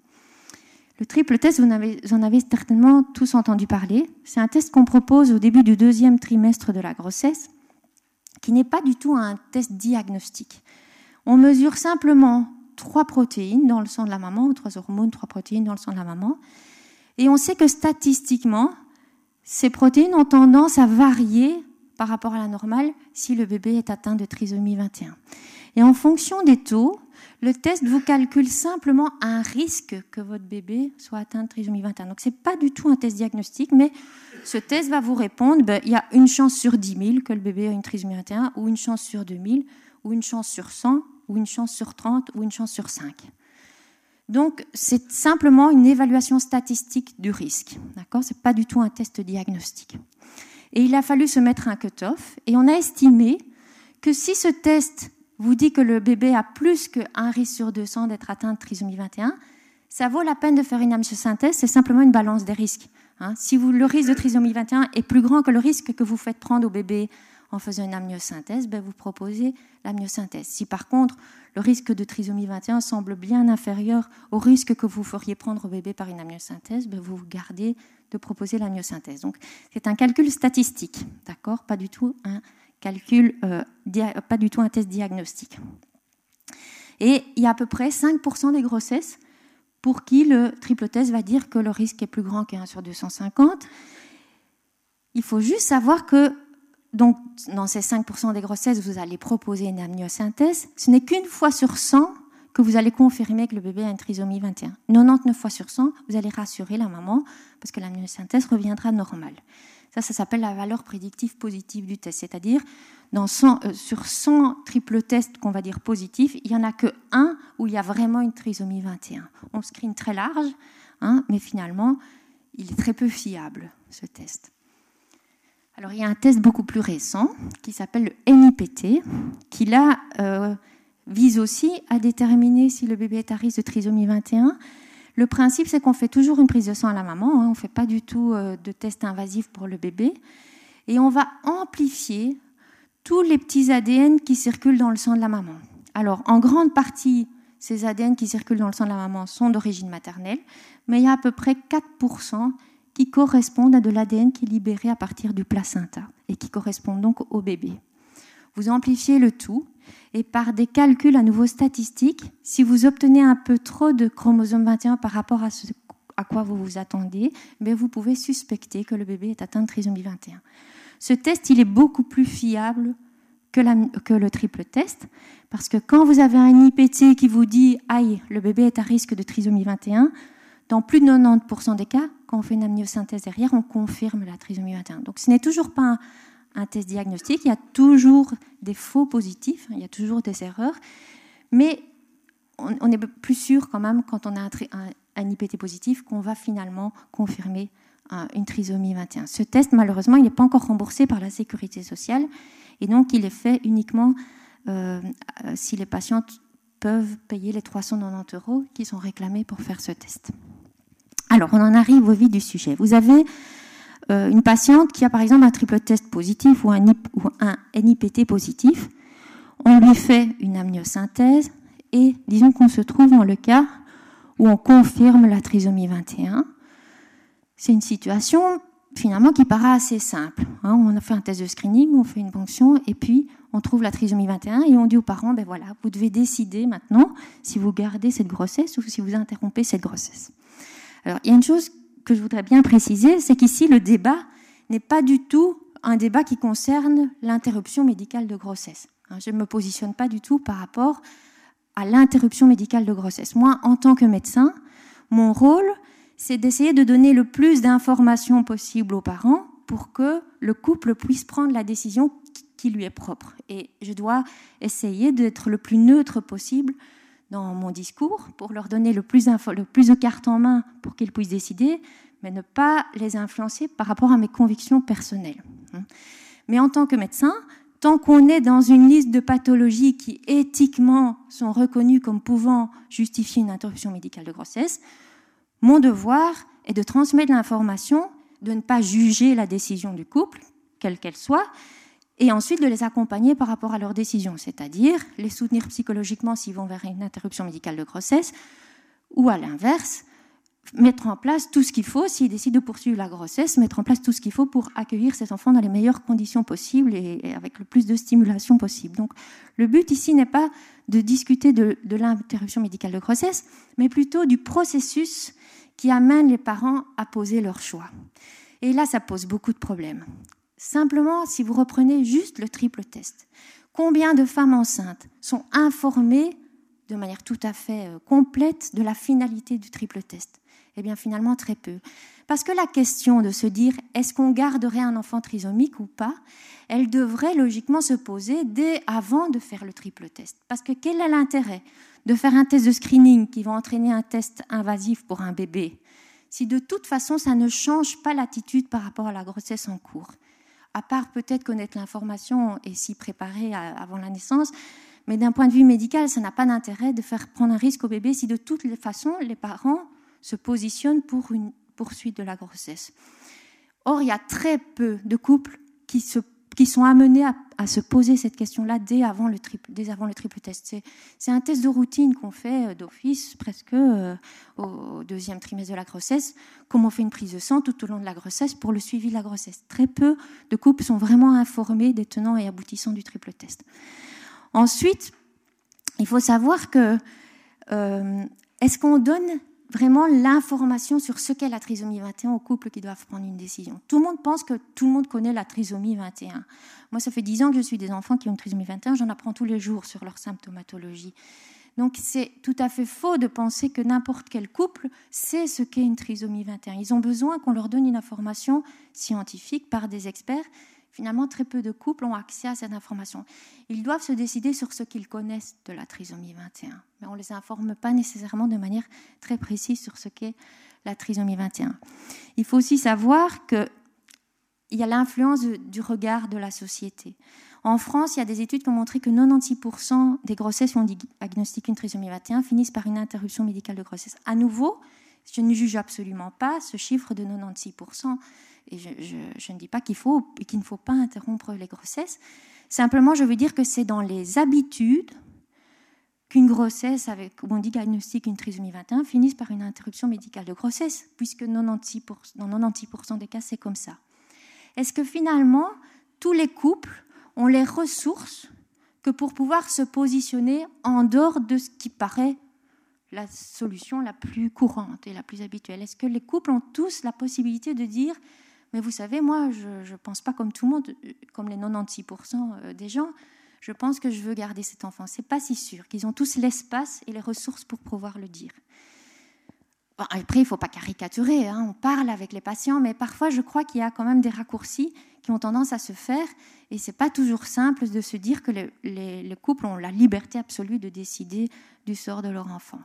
Le triple test, vous en avez, vous en avez certainement tous entendu parler. C'est un test qu'on propose au début du deuxième trimestre de la grossesse, qui n'est pas du tout un test diagnostique. On mesure simplement trois protéines dans le sang de la maman, ou trois hormones, trois protéines dans le sang de la maman, et on sait que statistiquement, ces protéines ont tendance à varier par rapport à la normale si le bébé est atteint de trisomie vingt et un. Et en fonction des taux, le test vous calcule simplement un risque que votre bébé soit atteint de trisomie vingt et un. Donc, ce n'est pas du tout un test diagnostique, mais ce test va vous répondre, ben, il y a une chance sur dix mille que le bébé a une trisomie vingt et un, ou une chance sur deux mille, ou une chance sur cent, ou une chance sur trente, ou une chance sur cinq. Donc, c'est simplement une évaluation statistique du risque. D'accord ? Ce n'est pas du tout un test diagnostique. Et il a fallu se mettre un cut-off, et on a estimé que si ce test vous dit que le bébé a plus qu'un risque sur deux cents d'être atteint de trisomie vingt et un, ça vaut la peine de faire une amniosynthèse, c'est simplement une balance des risques. Hein. Si vous, le risque de trisomie vingt et un est plus grand que le risque que vous faites prendre au bébé en faisant une amniosynthèse, ben vous proposez l'amniosynthèse. Si par contre, le risque de trisomie vingt et un semble bien inférieur au risque que vous feriez prendre au bébé par une amniosynthèse, ben vous gardez de proposer l'amniosynthèse. Donc, c'est un calcul statistique, d'accord ? Pas du tout un calcul, euh, dia- pas du tout un test diagnostique. Et il y a à peu près cinq pour cent des grossesses pour qui le triple test va dire que le risque est plus grand qu'un sur deux cent cinquante. Il faut juste savoir que donc, dans ces cinq pour cent des grossesses, vous allez proposer une amniosynthèse. Ce n'est qu'une fois sur cent que vous allez confirmer que le bébé a une trisomie vingt et un. quatre-vingt-dix-neuf fois sur cent, vous allez rassurer la maman parce que l'amniosynthèse reviendra normale. Ça, ça s'appelle la valeur prédictive positive du test. C'est-à-dire, dans cent, euh, sur cent triple tests qu'on va dire positifs, il n'y en a que un où il y a vraiment une trisomie vingt et un. On screen très large, hein, mais finalement, il est très peu fiable, ce test. Alors, il y a un test beaucoup plus récent qui s'appelle le N I P T, qui là euh, vise aussi à déterminer si le bébé est à risque de trisomie vingt et un. Le principe, c'est qu'on fait toujours une prise de sang à la maman, hein, on ne fait pas du tout euh, de test invasif pour le bébé, et on va amplifier tous les petits A D N qui circulent dans le sang de la maman. Alors, en grande partie, ces A D N qui circulent dans le sang de la maman sont d'origine maternelle, mais il y a à peu près quatre pour cent qui correspondent à de l'A D N qui est libéré à partir du placenta et qui correspondent donc au bébé. Vous amplifiez le tout et par des calculs à nouveau statistiques, si vous obtenez un peu trop de chromosome vingt et un par rapport à ce à quoi vous vous attendez, mais vous pouvez suspecter que le bébé est atteint de trisomie vingt et un. Ce test, il est beaucoup plus fiable que, la, que le triple test, parce que quand vous avez un I P T qui vous dit « Aïe, le bébé est à risque de trisomie vingt et un », dans plus de quatre-vingt-dix pour cent des cas, quand on fait une amniosynthèse derrière, on confirme la trisomie vingt et un. Donc ce n'est toujours pas un, un test diagnostique, il y a toujours des faux positifs, il y a toujours des erreurs, mais on, on est plus sûr quand même quand on a un, un, un I P T positif qu'on va finalement confirmer un, une trisomie vingt et un. Ce test, malheureusement, il n'est pas encore remboursé par la Sécurité sociale et donc il est fait uniquement euh, si les patientes peuvent payer les trois cent quatre-vingt-dix euros qui sont réclamés pour faire ce test. Alors, on en arrive au vif du sujet. Vous avez euh, une patiente qui a par exemple un triple test positif ou un, ou un N I P T positif. On lui fait une amniosynthèse et disons qu'on se trouve dans le cas où on confirme la trisomie vingt et un. C'est une situation finalement qui paraît assez simple. Hein, on a fait un test de screening, on fait une ponction et puis on trouve la trisomie vingt et un et on dit aux parents, ben voilà, vous devez décider maintenant si vous gardez cette grossesse ou si vous interrompez cette grossesse. Alors, il y a une chose que je voudrais bien préciser, c'est qu'ici, le débat n'est pas du tout un débat qui concerne l'interruption médicale de grossesse. Je ne me positionne pas du tout par rapport à l'interruption médicale de grossesse. Moi, en tant que médecin, mon rôle, c'est d'essayer de donner le plus d'informations possible aux parents pour que le couple puisse prendre la décision qui lui est propre. Et je dois essayer d'être le plus neutre possible dans mon discours pour leur donner le plus, info, le plus de cartes en main pour qu'ils puissent décider, mais ne pas les influencer par rapport à mes convictions personnelles. Mais en tant que médecin, tant qu'on est dans une liste de pathologies qui éthiquement sont reconnues comme pouvant justifier une interruption médicale de grossesse, mon devoir est de transmettre l'information, de ne pas juger la décision du couple, quelle qu'elle soit, et ensuite de les accompagner par rapport à leurs décisions, c'est-à-dire les soutenir psychologiquement s'ils vont vers une interruption médicale de grossesse, ou à l'inverse, mettre en place tout ce qu'il faut, s'ils décident de poursuivre la grossesse, mettre en place tout ce qu'il faut pour accueillir cet enfant dans les meilleures conditions possibles et, et avec le plus de stimulation possible. Donc, le but ici n'est pas de discuter de, de l'interruption médicale de grossesse, mais plutôt du processus qui amène les parents à poser leur choix. Et là, ça pose beaucoup de problèmes. simplement, si vous reprenez juste le triple test, combien de femmes enceintes sont informées de manière tout à fait complète de la finalité du triple test? Eh bien, finalement, très peu. Parce que la question de se dire est-ce qu'on garderait un enfant trisomique ou pas, elle devrait logiquement se poser dès avant de faire le triple test. Parce que quel est l'intérêt de faire un test de screening qui va entraîner un test invasif pour un bébé, si de toute façon ça ne change pas l'attitude par rapport à la grossesse en cours? À part peut-être connaître l'information et s'y préparer avant la naissance, mais d'un point de vue médical, ça n'a pas d'intérêt de faire prendre un risque au bébé si de toutes les façons les parents se positionnent pour une poursuite de la grossesse. Or, il y a très peu de couples qui, se, qui sont amenés à, à se poser cette question-là dès avant le triple, dès avant le triple test. C'est, c'est un test de routine qu'on fait d'office presque euh, au deuxième trimestre de la grossesse, comme on fait une prise de sang tout au long de la grossesse pour le suivi de la grossesse. Très peu de couples sont vraiment informés des tenants et aboutissants du triple test. Ensuite, il faut savoir que euh, est-ce qu'on donne vraiment l'information sur ce qu'est la trisomie vingt et un aux couples qui doivent prendre une décision? Tout le monde pense que tout le monde connaît la trisomie vingt et un. Moi, ça fait dix ans que je suis des enfants qui ont une trisomie vingt et un, j'en apprends tous les jours sur leur symptomatologie. Donc, c'est tout à fait faux de penser que n'importe quel couple sait ce qu'est une trisomie vingt et un. Ils ont besoin qu'on leur donne une information scientifique par des experts. Finalement, très peu de couples ont accès à cette information. Ils doivent se décider sur ce qu'ils connaissent de la trisomie vingt et un. Mais on ne les informe pas nécessairement de manière très précise sur ce qu'est la trisomie vingt et un. Il faut aussi savoir qu'il y a l'influence du regard de la société. En France, il y a des études qui ont montré que quatre-vingt-dix pour cent des grossesses où on diagnostique une trisomie vingt et un finissent par une interruption médicale de grossesse. À nouveau, je ne juge absolument pas ce chiffre de quatre-vingt-dix pour cent. Et je, je, je ne dis pas qu'il faut, qu'il ne faut pas interrompre les grossesses. Simplement, je veux dire que c'est dans les habitudes qu'une grossesse, avec, où on diagnostique une trisomie vingt et un, finisse par une interruption médicale de grossesse, puisque quatre-vingt-dix pour cent, dans quatre-vingt-dix pour cent des cas, c'est comme ça. Est-ce que finalement, tous les couples ont les ressources que pour pouvoir se positionner en dehors de ce qui paraît la solution la plus courante et la plus habituelle? Est-ce que les couples ont tous la possibilité de dire « Mais vous savez, moi, je ne pense pas comme tout le monde, comme les quatre-vingt-dix pour cent des gens, je pense que je veux garder cet enfant. » Ce n'est pas si sûr qu'ils ont tous l'espace et les ressources pour pouvoir le dire. Bon, après, il ne faut pas caricaturer, hein, on parle avec les patients, mais parfois, je crois qu'il y a quand même des raccourcis qui ont tendance à se faire, et ce n'est pas toujours simple de se dire que les, les, les couples ont la liberté absolue de décider du sort de leur enfant.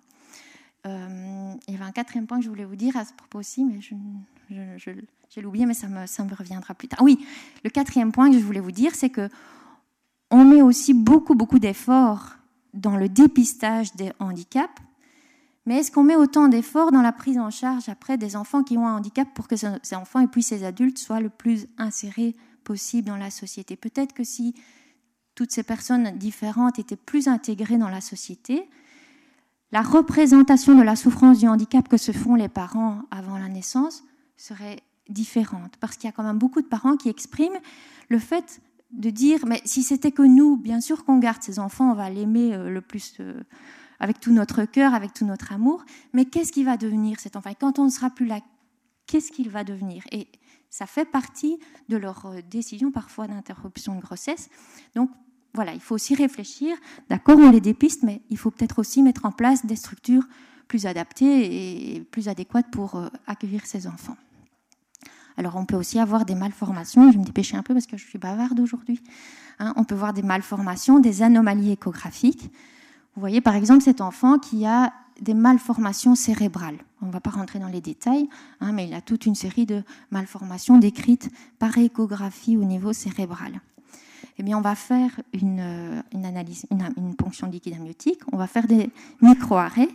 Euh, il y avait un quatrième point que je voulais vous dire à ce propos aussi, mais je, je, je, je l'ai oublié, mais ça me, ça me reviendra plus tard. Oui, le quatrième point que je voulais vous dire, c'est qu'on met aussi beaucoup, beaucoup d'efforts dans le dépistage des handicaps, mais est-ce qu'on met autant d'efforts dans la prise en charge après des enfants qui ont un handicap pour que ces enfants et puis ces adultes soient le plus insérés possible dans la société? Peut-être que si toutes ces personnes différentes étaient plus intégrées dans la société, la représentation de la souffrance du handicap que se font les parents avant la naissance serait différente. Parce qu'il y a quand même beaucoup de parents qui expriment le fait de dire « mais si c'était que nous, bien sûr qu'on garde ces enfants, on va l'aimer le plus euh, avec tout notre cœur, avec tout notre amour, mais qu'est-ce qui va devenir cet enfant? Et quand on ne sera plus là, qu'est-ce qu'il va devenir ?» Et ça fait partie de leur décision parfois d'interruption de grossesse. Donc, voilà, il faut aussi réfléchir. D'accord, on les dépiste, mais il faut peut-être aussi mettre en place des structures plus adaptées et plus adéquates pour euh, accueillir ces enfants. Alors, on peut aussi avoir des malformations. Je vais me dépêcher un peu parce que je suis bavarde aujourd'hui. Hein, on peut voir des malformations, des anomalies échographiques. Vous voyez, par exemple, cet enfant qui a des malformations cérébrales. On ne va pas rentrer dans les détails, hein, mais il a toute une série de malformations décrites par échographie au niveau cérébral. Eh bien, on va faire une, une analyse, une, une ponction de liquide amniotique, on va faire des micro-arrêts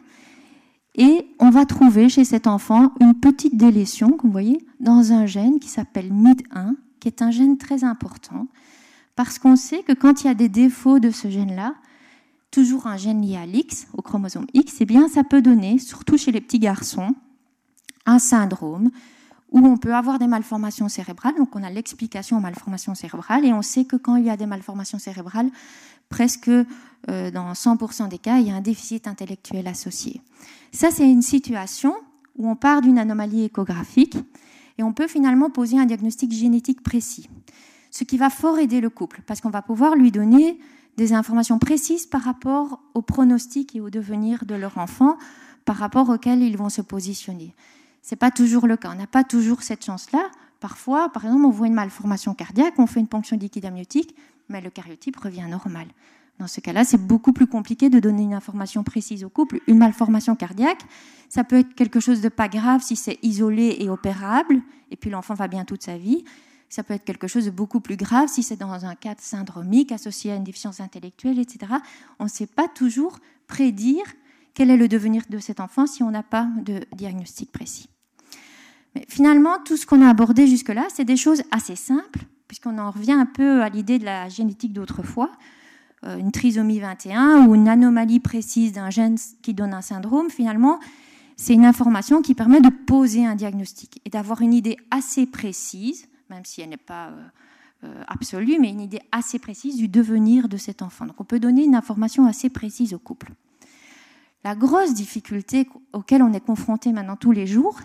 et on va trouver chez cet enfant une petite délétion, comme vous voyez, dans un gène qui s'appelle M I D un, qui est un gène très important, parce qu'on sait que quand il y a des défauts de ce gène-là, toujours un gène lié à l'X, au chromosome X, eh bien, ça peut donner, surtout chez les petits garçons, un syndrome où on peut avoir des malformations cérébrales. Donc, on a l'explication aux malformations cérébrales et on sait que quand il y a des malformations cérébrales, presque euh, dans cent pour cent des cas, il y a un déficit intellectuel associé. Ça, c'est une situation où on part d'une anomalie échographique Et on peut finalement poser un diagnostic génétique précis, ce qui va fort aider le couple, parce qu'on va pouvoir lui donner des informations précises par rapport au pronostic et au devenir de leur enfant, par rapport auquel ils vont se positionner. Ce n'est pas toujours le cas, on n'a pas toujours cette chance-là. Parfois, par exemple, on voit une malformation cardiaque, on fait une ponction de liquide amniotique, mais le karyotype revient normal. Dans ce cas-là, c'est beaucoup plus compliqué de donner une information précise au couple. Une malformation cardiaque, ça peut être quelque chose de pas grave si c'est isolé et opérable, et puis l'enfant va bien toute sa vie. Ça peut être quelque chose de beaucoup plus grave si c'est dans un cadre syndromique associé à une déficience intellectuelle, et cetera. On ne sait pas toujours prédire quel est le devenir de cet enfant si on n'a pas de diagnostic précis. Mais finalement, tout ce qu'on a abordé jusque-là, c'est des choses assez simples, puisqu'on en revient un peu à l'idée de la génétique d'autrefois. Euh, une trisomie vingt et un ou une anomalie précise d'un gène qui donne un syndrome, finalement, c'est une information qui permet de poser un diagnostic et d'avoir une idée assez précise, même si elle n'est pas euh, euh, absolue, mais une idée assez précise du devenir de cet enfant. Donc on peut donner une information assez précise au couple. La grosse difficulté auquel on est confronté maintenant tous les jours,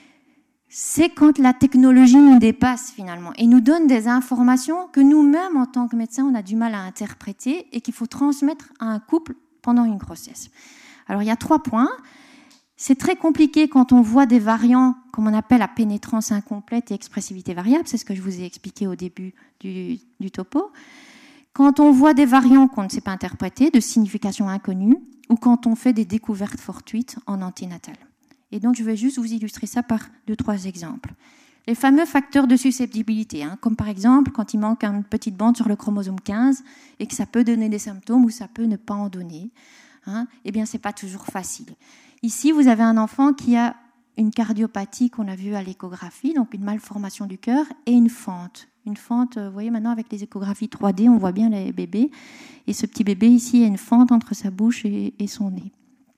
c'est quand la technologie nous dépasse finalement et nous donne des informations que nous-mêmes, en tant que médecins, on a du mal à interpréter et qu'il faut transmettre à un couple pendant une grossesse. Alors il y a trois points. C'est très compliqué quand on voit des variants, comme on appelle la pénétrance incomplète et expressivité variable, c'est ce que je vous ai expliqué au début du, du topo. Quand on voit des variants qu'on ne sait pas interpréter, de signification inconnue, ou quand on fait des découvertes fortuites en anténatal. Et donc, je vais juste vous illustrer ça par deux, trois exemples. Les fameux facteurs de susceptibilité, hein, comme par exemple quand il manque une petite bande sur le chromosome quinze et que ça peut donner des symptômes ou ça peut ne pas en donner, hein, eh bien, c'est pas toujours facile. Ici, vous avez un enfant qui a une cardiopathie qu'on a vue à l'échographie, donc une malformation du cœur et une fente. Une fente, vous voyez maintenant avec les échographies trois D, on voit bien les bébés. Et ce petit bébé ici a une fente entre sa bouche et, et son nez.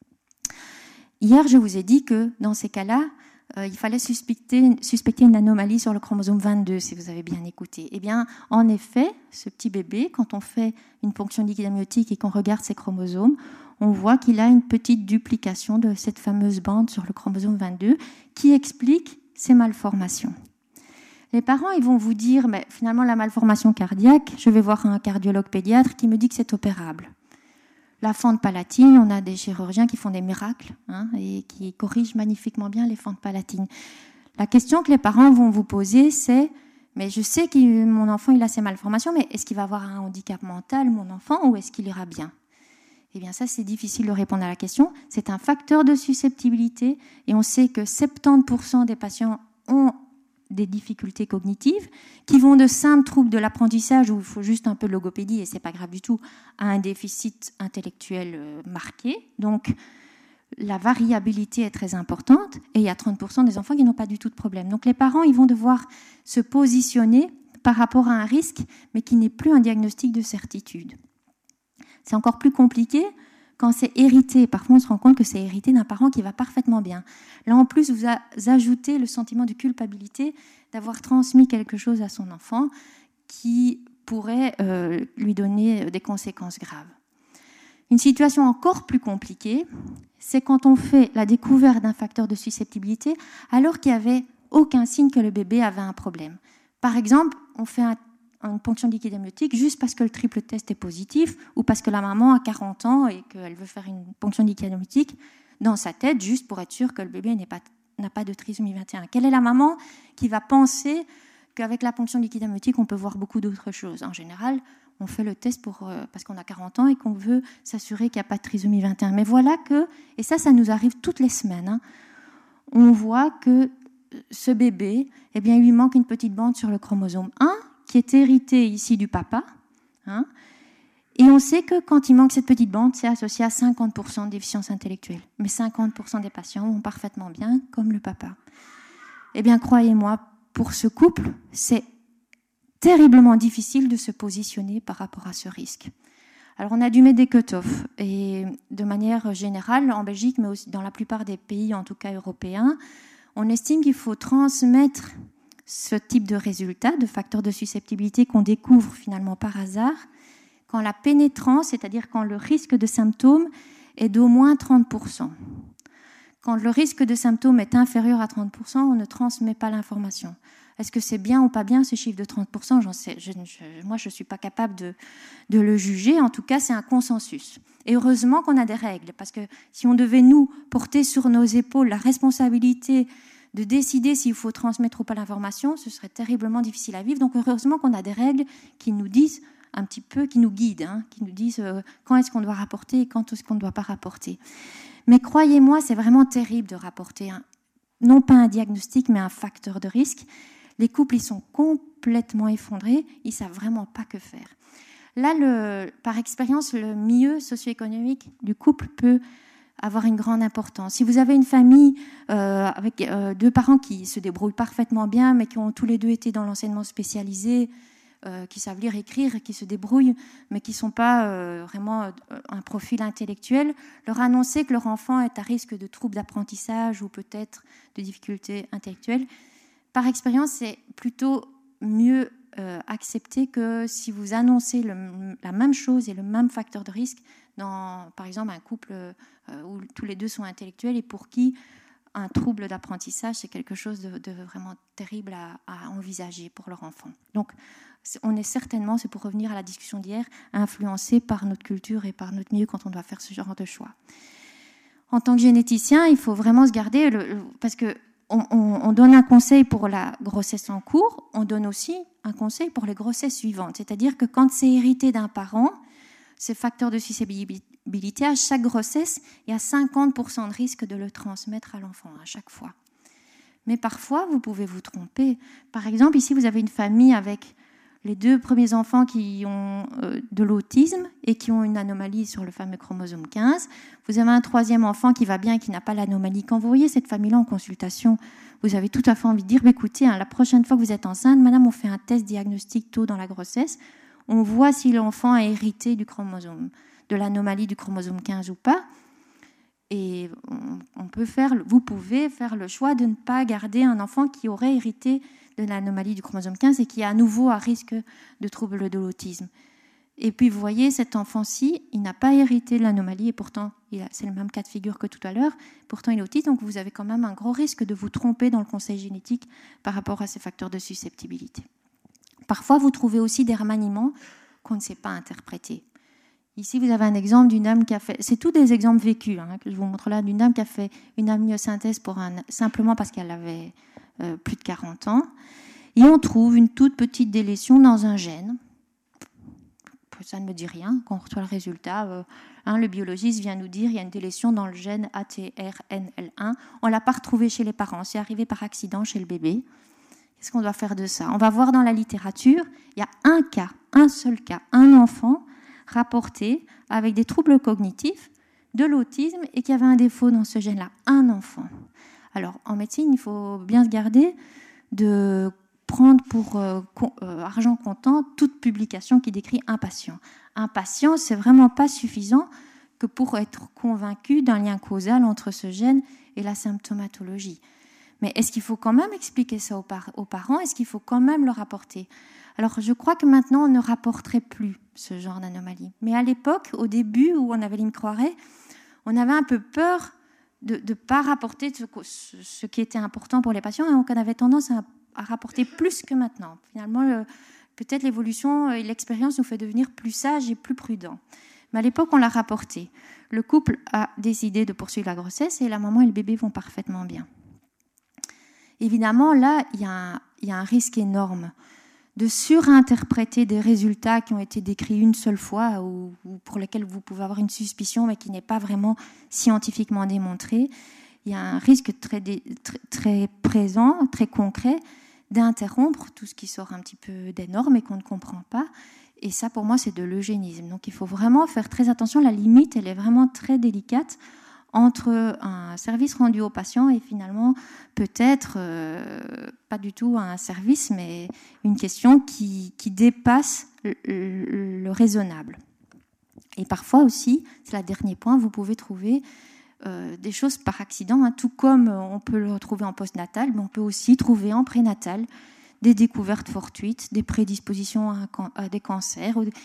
Hier, je vous ai dit que dans ces cas-là, euh, il fallait suspecter, suspecter une anomalie sur le chromosome vingt-deux, si vous avez bien écouté. Eh bien, en effet, ce petit bébé, quand on fait une ponction de liquide amniotique et qu'on regarde ses chromosomes, on voit qu'il a une petite duplication de cette fameuse bande sur le chromosome vingt-deux qui explique ces malformations. Les parents, ils vont vous dire, mais finalement, la malformation cardiaque, je vais voir un cardiologue pédiatre qui me dit que c'est opérable. La fente palatine, on a des chirurgiens qui font des miracles hein, et qui corrigent magnifiquement bien les fentes palatines. La question que les parents vont vous poser, c'est « mais je sais que mon enfant il a ces malformations, mais est-ce qu'il va avoir un handicap mental, mon enfant, ou est-ce qu'il ira bien ?» Eh bien ça, c'est difficile de répondre à la question. C'est un facteur de susceptibilité et on sait que soixante-dix pour cent des patients ont des difficultés cognitives qui vont de simples troubles de l'apprentissage où il faut juste un peu de logopédie et c'est pas grave du tout à un déficit intellectuel marqué. Donc la variabilité est très importante et il y a trente pour cent des enfants qui n'ont pas du tout de problème. Donc les parents ils vont devoir se positionner par rapport à un risque mais qui n'est plus un diagnostic de certitude. C'est encore plus compliqué quand c'est hérité. Parfois, on se rend compte que c'est hérité d'un parent qui va parfaitement bien. Là, en plus, vous ajoutez le sentiment de culpabilité d'avoir transmis quelque chose à son enfant qui pourrait euh, lui donner des conséquences graves. Une situation encore plus compliquée, c'est quand on fait la découverte d'un facteur de susceptibilité alors qu'il n'y avait aucun signe que le bébé avait un problème. Par exemple, on fait un une ponction de liquide amniotique juste parce que le triple test est positif ou parce que la maman a quarante ans et qu'elle veut faire une ponction de liquide amniotique dans sa tête juste pour être sûre que le bébé n'est pas, n'a pas de trisomie vingt et un. Quelle est la maman qui va penser qu'avec la ponction de liquide amniotique, on peut voir beaucoup d'autres choses? En général, on fait le test pour, euh, parce qu'on a quarante ans et qu'on veut s'assurer qu'il n'y a pas de trisomie vingt et un. Mais voilà que, et ça, ça nous arrive toutes les semaines, hein, on voit que ce bébé, eh bien, il lui manque une petite bande sur le chromosome un, qui est hérité ici du papa. Hein, et on sait que quand il manque cette petite bande, c'est associé à cinquante pour cent de déficience intellectuelle. Mais cinquante pour cent des patients vont parfaitement bien, comme le papa. Eh bien, croyez-moi, pour ce couple, c'est terriblement difficile de se positionner par rapport à ce risque. Alors, on a dû mettre des cut-offs. Et de manière générale, en Belgique, mais aussi dans la plupart des pays, en tout cas européens, on estime qu'il faut transmettre ce type de résultat, de facteur de susceptibilité qu'on découvre finalement par hasard, quand la pénétrance, c'est-à-dire quand le risque de symptômes est d'au moins trente pour cent. Quand le risque de symptômes est inférieur à trente pour cent, on ne transmet pas l'information. Est-ce que c'est bien ou pas bien ce chiffre de trente pour cent? J'en sais, je, je, moi, je ne suis pas capable de, de le juger. En tout cas, c'est un consensus. Et heureusement qu'on a des règles, parce que si on devait nous porter sur nos épaules la responsabilité de décider s'il faut transmettre ou pas l'information, ce serait terriblement difficile à vivre. Donc heureusement qu'on a des règles qui nous disent un petit peu, qui nous guident, hein, qui nous disent euh, quand est-ce qu'on doit rapporter et quand est-ce qu'on ne doit pas rapporter. Mais croyez-moi, c'est vraiment terrible de rapporter, un, non pas un diagnostic, mais un facteur de risque. Les couples, ils sont complètement effondrés, ils ne savent vraiment pas que faire. Là, le, par expérience, le milieu socio-économique du couple peut avoir une grande importance. Si vous avez une famille euh, avec euh, deux parents qui se débrouillent parfaitement bien, mais qui ont tous les deux été dans l'enseignement spécialisé, euh, qui savent lire, écrire, qui se débrouillent, mais qui ne sont pas euh, vraiment euh, un profil intellectuel, leur annoncer que leur enfant est à risque de troubles d'apprentissage ou peut-être de difficultés intellectuelles, par expérience, c'est plutôt mieux euh, accepté que si vous annoncez le, la même chose et le même facteur de risque dans, par exemple, un couple euh, où tous les deux sont intellectuels et pour qui un trouble d'apprentissage, c'est quelque chose de, de vraiment terrible à, à envisager pour leur enfant. Donc, on est certainement, c'est pour revenir à la discussion d'hier, influencé par notre culture et par notre milieu quand on doit faire ce genre de choix. En tant que généticien, il faut vraiment se garder, le, le, parce que On, on, on donne un conseil pour la grossesse en cours, on donne aussi un conseil pour les grossesses suivantes. C'est-à-dire que quand c'est hérité d'un parent, ce facteur de susceptibilité, à chaque grossesse, il y a cinquante pour cent de risque de le transmettre à l'enfant, à chaque fois. Mais parfois, vous pouvez vous tromper. Par exemple, ici, vous avez une famille avec les deux premiers enfants qui ont euh, de l'autisme et qui ont une anomalie sur le fameux chromosome quinze. Vous avez un troisième enfant qui va bien et qui n'a pas l'anomalie. Quand vous voyez cette famille-là en consultation, vous avez tout à fait envie de dire, bah, écoutez, hein, la prochaine fois que vous êtes enceinte, madame, on fait un test diagnostique tôt dans la grossesse. On voit si l'enfant a hérité du chromosome, de l'anomalie du chromosome quinze ou pas. Et on, on peut faire, vous pouvez faire le choix de ne pas garder un enfant qui aurait hérité de l'anomalie du chromosome quinze et qui est à nouveau à risque de trouble de l'autisme. Et puis vous voyez, cet enfant-ci, il n'a pas hérité de l'anomalie et pourtant, il a, c'est le même cas de figure que tout à l'heure, pourtant il est autiste, donc vous avez quand même un gros risque de vous tromper dans le conseil génétique par rapport à ces facteurs de susceptibilité. Parfois, vous trouvez aussi des remaniements qu'on ne sait pas interpréter. Ici, vous avez un exemple d'une dame qui a fait... C'est tous des exemples vécus hein, que je vous montre là, d'une dame qui a fait une amniosynthèse pour un, simplement parce qu'elle avait euh, plus de quarante ans. Et on trouve une toute petite délétion dans un gène. Ça ne me dit rien. Quand on reçoit le résultat, euh, hein, le biologiste vient nous dire qu'il y a une délétion dans le gène A T R N L un. On ne l'a pas retrouvé chez les parents. C'est arrivé par accident chez le bébé. Qu'est-ce qu'on doit faire de ça? On va voir dans la littérature, il y a un cas, un seul cas, un enfant rapporté avec des troubles cognitifs, de l'autisme et qui avait un défaut dans ce gène-là, un enfant. Alors, en médecine, il faut bien se garder de prendre pour euh, con, euh, argent comptant toute publication qui décrit un patient. Un patient, c'est vraiment pas suffisant que pour être convaincu d'un lien causal entre ce gène et la symptomatologie. Mais est-ce qu'il faut quand même expliquer ça aux, par- aux parents? Est-ce qu'il faut quand même le rapporter? Alors, je crois que maintenant, on ne rapporterait plus ce genre d'anomalie. Mais à l'époque, au début, où on avait les micro-arrêts, on avait un peu peur de ne pas rapporter ce, ce qui était important pour les patients, et donc on avait tendance à, à rapporter plus que maintenant. Finalement, le, peut-être l'évolution et l'expérience nous fait devenir plus sages et plus prudents. Mais à l'époque, on l'a rapporté. Le couple a décidé de poursuivre la grossesse et la maman et le bébé vont parfaitement bien. Évidemment, là, il y a un, il y a un risque énorme de surinterpréter des résultats qui ont été décrits une seule fois ou, ou pour lesquels vous pouvez avoir une suspicion mais qui n'est pas vraiment scientifiquement démontrée. Il y a un risque très, très, très présent, très concret, d'interrompre tout ce qui sort un petit peu des normes et qu'on ne comprend pas. Et ça, pour moi, c'est de l'eugénisme. Donc, il faut vraiment faire très attention. La limite, elle est vraiment très délicate entre un service rendu aux patients et finalement peut-être euh, pas du tout un service, mais une question qui, qui dépasse le, le, le raisonnable. Et parfois aussi, c'est le dernier point, vous pouvez trouver euh, des choses par accident, hein, tout comme on peut le retrouver en postnatal, mais on peut aussi trouver en prénatal des découvertes fortuites, des prédispositions à, à des cancers,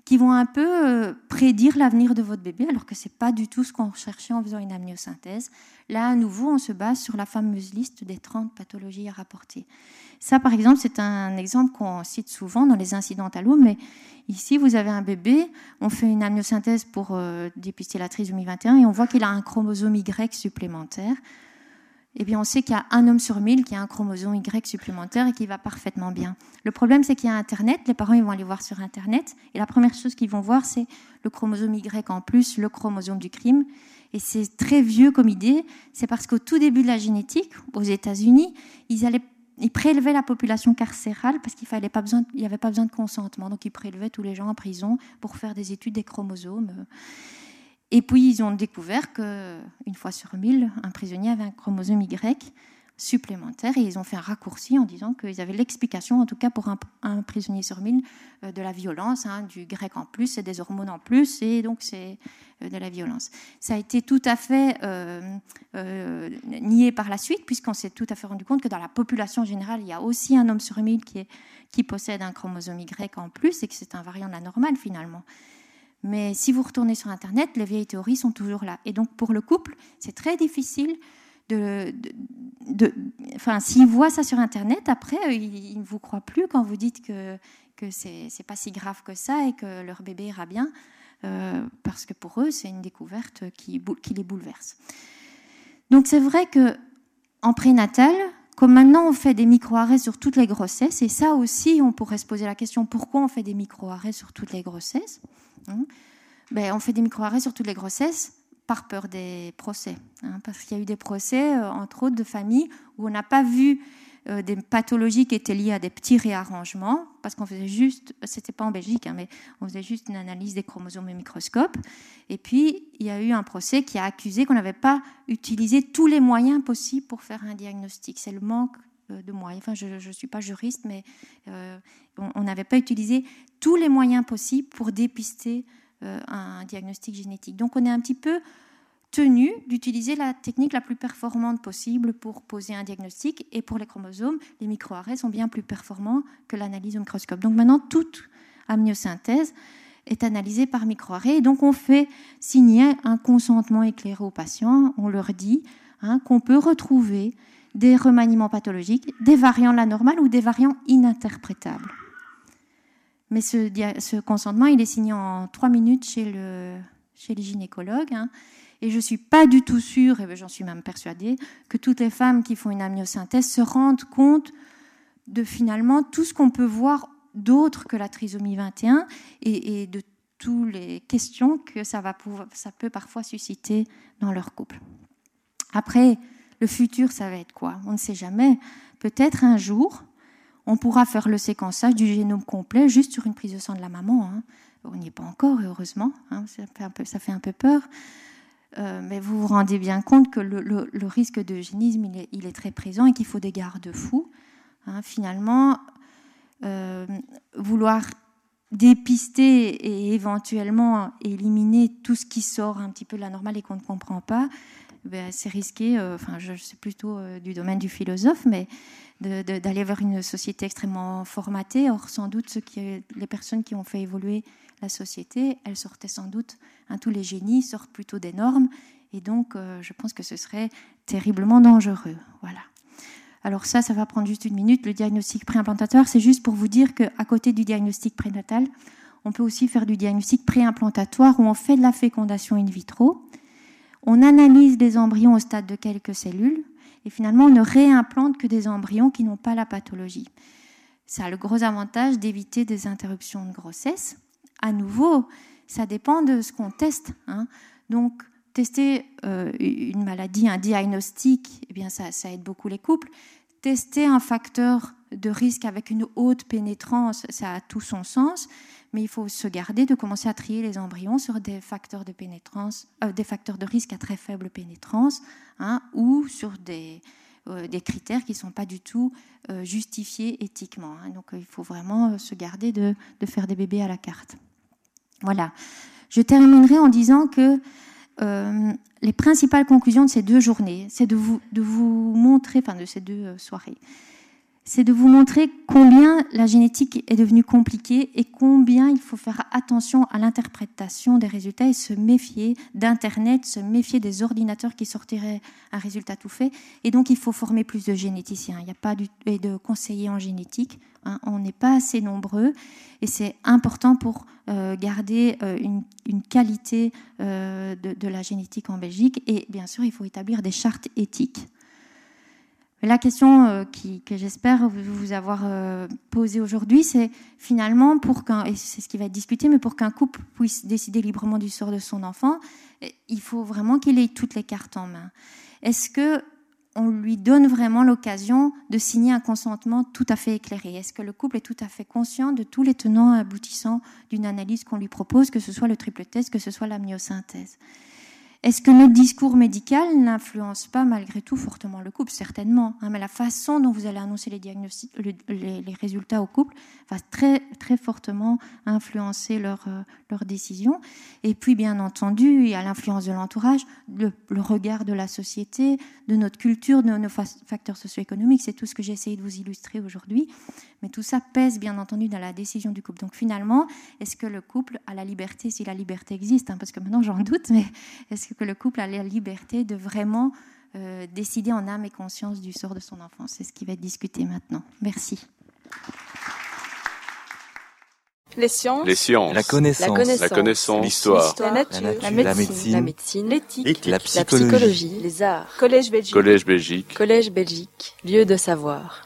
qui vont un peu euh, prédire l'avenir de votre bébé, alors que ce n'est pas du tout ce qu'on recherchait en faisant une amniosynthèse. Là, à nouveau, on se base sur la fameuse liste des trente pathologies à rapporter. Ça, par exemple, c'est un exemple qu'on cite souvent dans les incidentales, mais ici, vous avez un bébé, on fait une amniosynthèse pour euh, dépister la trisomie vingt et un et on voit qu'il a un chromosome Y supplémentaire. Eh bien, on sait qu'il y a un homme sur mille qui a un chromosome Y supplémentaire et qui va parfaitement bien. Le problème, c'est qu'il y a Internet. Les parents, ils vont aller voir sur Internet. Et la première chose qu'ils vont voir, c'est le chromosome Y en plus, le chromosome du crime. Et c'est très vieux comme idée. C'est parce qu'au tout début de la génétique, aux États-Unis, ils, allaient, ils prélevaient la population carcérale parce qu'il n'y avait pas besoin de consentement. Donc, ils prélevaient tous les gens en prison pour faire des études des chromosomes. Et puis, ils ont découvert qu'une fois sur mille, un prisonnier avait un chromosome Y supplémentaire et ils ont fait un raccourci en disant qu'ils avaient l'explication, en tout cas pour un, un prisonnier sur mille, euh, de la violence, hein, du grec en plus, c'est des hormones en plus et donc c'est euh, de la violence. Ça a été tout à fait euh, euh, nié par la suite puisqu'on s'est tout à fait rendu compte que dans la population générale, il y a aussi un homme sur mille qui, est, qui possède un chromosome Y en plus et que c'est un variant de la normale finalement. Mais si vous retournez sur Internet, les vieilles théories sont toujours là. Et donc, pour le couple, c'est très difficile de... de, de enfin, s'ils voient ça sur Internet, après, ils, ils ne vous croient plus quand vous dites que, que c'est, c'est pas si grave que ça et que leur bébé ira bien, euh, parce que pour eux, c'est une découverte qui, qui les bouleverse. Donc, c'est vrai qu'en prénatal, comme maintenant on fait des micro-arrêts sur toutes les grossesses, et ça aussi, on pourrait se poser la question, pourquoi on fait des micro-arrêts sur toutes les grossesses ? Ben, on fait des micro-arrêts sur toutes les grossesses par peur des procès. Hein, parce qu'il y a eu des procès, euh, entre autres, de familles où on n'a pas vu euh, des pathologies qui étaient liées à des petits réarrangements, parce qu'on faisait juste, c'était pas en Belgique, hein, mais on faisait juste une analyse des chromosomes au microscope. Et puis, il y a eu un procès qui a accusé qu'on n'avait pas utilisé tous les moyens possibles pour faire un diagnostic. C'est le manque de moyens. Enfin, je ne suis pas juriste, mais euh, on n'avait pas utilisé tous les moyens possibles pour dépister euh, un diagnostic génétique. Donc, on est un petit peu tenu d'utiliser la technique la plus performante possible pour poser un diagnostic. Et pour les chromosomes, les micro-arrêts sont bien plus performants que l'analyse au microscope. Donc, maintenant, toute amniosynthèse est analysée par micro-arrêt. Et donc, on fait signer un consentement éclairé aux patients. On leur dit hein, qu'on peut retrouver des remaniements pathologiques, des variants de la normale ou des variants ininterprétables. Mais ce, ce consentement, il est signé en trois minutes chez, le, chez les gynécologues. Hein, et je ne suis pas du tout sûre, et j'en suis même persuadée, que toutes les femmes qui font une amniosynthèse se rendent compte de finalement tout ce qu'on peut voir d'autre que la trisomie vingt et un et, et de toutes les questions que ça, va pouvoir, ça peut parfois susciter dans leur couple. Après, le futur, ça va être quoi ? On ne sait jamais. Peut-être un jour, on pourra faire le séquençage du génome complet juste sur une prise de sang de la maman. Hein. On n'y est pas encore, heureusement. Hein. Ça fait un peu, ça fait un peu peur. Euh, mais vous vous rendez bien compte que le, le, le risque d'eugénisme, il est, il est très présent et qu'il faut des garde-fous. Hein. Finalement, euh, vouloir dépister et éventuellement éliminer tout ce qui sort un petit peu de la normale et qu'on ne comprend pas, ben, c'est risqué, euh, enfin, je, c'est plutôt euh, du domaine du philosophe, mais de, de, d'aller vers une société extrêmement formatée. Or, sans doute, ceux qui, les personnes qui ont fait évoluer la société, elles sortaient sans doute, hein, tous les génies sortent plutôt des normes, et donc euh, je pense que ce serait terriblement dangereux. Voilà. Alors ça, ça va prendre juste une minute. Le diagnostic préimplantatoire, c'est juste pour vous dire qu'à côté du diagnostic prénatal, on peut aussi faire du diagnostic préimplantatoire où on fait de la fécondation in vitro. On analyse les embryons au stade de quelques cellules et finalement, on ne réimplante que des embryons qui n'ont pas la pathologie. Ça a le gros avantage d'éviter des interruptions de grossesse. À nouveau, ça dépend de ce qu'on teste. Hein. Donc, tester euh, une maladie, un diagnostic, eh bien, ça, ça aide beaucoup les couples. Tester un facteur de risque avec une haute pénétrance, ça a tout son sens, mais il faut se garder de commencer à trier les embryons sur des facteurs de pénétrance, euh, des facteurs de risque à très faible pénétrance, hein, ou sur des, euh, des critères qui ne sont pas du tout euh, justifiés éthiquement. Hein. Donc, euh, il faut vraiment se garder de, de faire des bébés à la carte. Voilà. Je terminerai en disant que euh, les principales conclusions de ces deux journées, c'est de vous, de vous montrer, enfin de ces deux euh, soirées, c'est de vous montrer combien la génétique est devenue compliquée et combien il faut faire attention à l'interprétation des résultats et se méfier d'Internet, se méfier des ordinateurs qui sortiraient un résultat tout fait. Et donc, il faut former plus de généticiens. Il n'y a pas du, et de conseillers en génétique. Hein, on n'est pas assez nombreux et c'est important pour euh, garder euh, une, une qualité euh, de, de la génétique en Belgique. Et bien sûr, il faut établir des chartes éthiques. La question euh, qui, que j'espère vous avoir euh, posée aujourd'hui, c'est finalement, pour qu'un, et c'est ce qui va être discuté, mais pour qu'un couple puisse décider librement du sort de son enfant, il faut vraiment qu'il ait toutes les cartes en main. Est-ce qu'on lui donne vraiment l'occasion de signer un consentement tout à fait éclairé? Est-ce que le couple est tout à fait conscient de tous les tenants et aboutissants d'une analyse qu'on lui propose, que ce soit le triple test, que ce soit la myosynthèse? Est-ce que notre discours médical n'influence pas malgré tout fortement le couple? Certainement, hein, mais la façon dont vous allez annoncer les diagnostics, le, les, les résultats au couple va très, très fortement influencer leur, euh, leur décision. Et puis, bien entendu, il y a l'influence de l'entourage, le, le regard de la société, de notre culture, de nos facteurs socio-économiques. C'est tout ce que j'ai essayé de vous illustrer aujourd'hui. Mais tout ça pèse, bien entendu, dans la décision du couple. Donc, finalement, est-ce que le couple a la liberté, si la liberté existe, hein, parce que maintenant, j'en doute, mais est-ce que que le couple a la liberté de vraiment euh, décider en âme et conscience du sort de son enfant? C'est ce qui va être discuté maintenant. Merci. Les sciences, les sciences, la connaissance, la connaissance, la connaissance, l'histoire, la nature, la, nature, la, médecine, la médecine, la médecine, l'éthique, la la psychologie. psychologie, les arts, Collège Belgique, Collège Belgique, Collège Belgique, lieu de savoir.